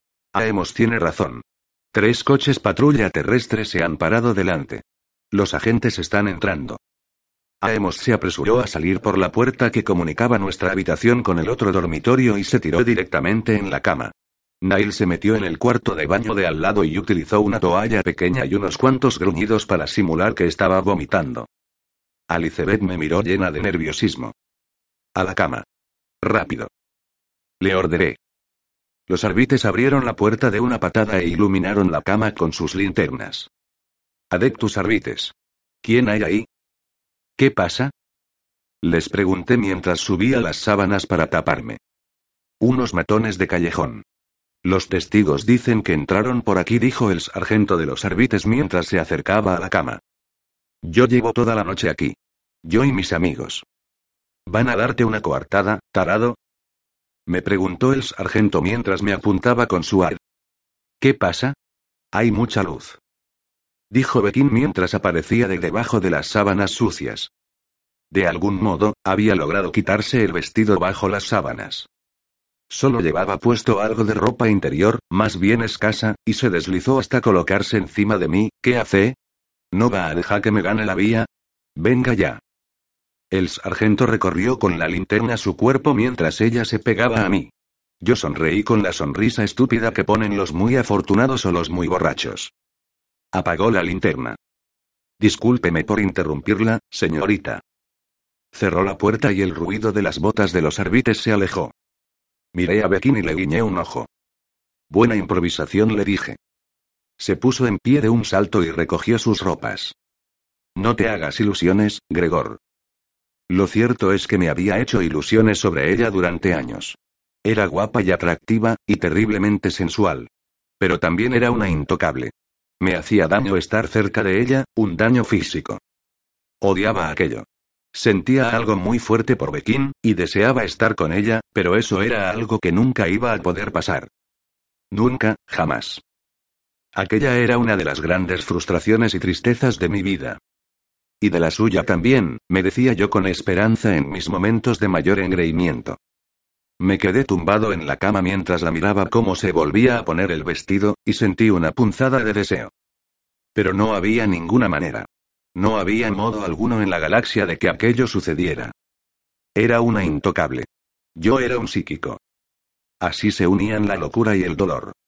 S1: Aemos tiene razón. Tres coches patrulla terrestre se han parado delante. Los agentes están entrando. Aemos se apresuró a salir por la puerta que comunicaba nuestra habitación con el otro dormitorio y se tiró directamente en la cama. Nail se metió en el cuarto de baño de al lado y utilizó una toalla pequeña y unos cuantos gruñidos para simular que estaba vomitando. Alicebeth me miró llena de nerviosismo. A la cama. Rápido. Le ordené. Los árbitres abrieron la puerta de una patada e iluminaron la cama con sus linternas. Adeptus Arbites. ¿Quién hay ahí? ¿Qué pasa? Les pregunté mientras subía las sábanas para taparme. Unos matones de callejón. Los testigos dicen que entraron por aquí, dijo el sargento de los árbitres mientras se acercaba a la cama. Yo llevo toda la noche aquí. Yo y mis amigos. ¿Van a darte una coartada, tarado? Me preguntó el sargento mientras me apuntaba con su ar. ¿Qué pasa? Hay mucha luz. Dijo Bekin mientras aparecía de debajo de las sábanas sucias. De algún modo, había logrado quitarse el vestido bajo las sábanas. Solo llevaba puesto algo de ropa interior, más bien escasa, y se deslizó hasta colocarse encima de mí. ¿Qué hace? ¿No va a dejar que me gane la vía? Venga ya. El sargento recorrió con la linterna su cuerpo mientras ella se pegaba a mí. Yo sonreí con la sonrisa estúpida que ponen los muy afortunados o los muy borrachos. Apagó la linterna. Discúlpeme por interrumpirla, señorita. Cerró la puerta y el ruido de las botas de los árbitres se alejó. Miré a Bekin y le guiñé un ojo. Buena improvisación, le dije. Se puso en pie de un salto y recogió sus ropas. No te hagas ilusiones, Gregor. Lo cierto es que me había hecho ilusiones sobre ella durante años. Era guapa y atractiva, y terriblemente sensual. Pero también era una intocable. Me hacía daño estar cerca de ella, un daño físico. Odiaba aquello. Sentía algo muy fuerte por Bekin, y deseaba estar con ella, pero eso era algo que nunca iba a poder pasar. Nunca, jamás. Aquella era una de las grandes frustraciones y tristezas de mi vida. Y de la suya también, me decía yo con esperanza en mis momentos de mayor engreimiento. Me quedé tumbado en la cama mientras la miraba cómo se volvía a poner el vestido, y sentí una punzada de deseo. Pero no había ninguna manera. No había modo alguno en la galaxia de que aquello sucediera. Era una intocable. Yo era un psíquico. Así se unían la locura y el dolor.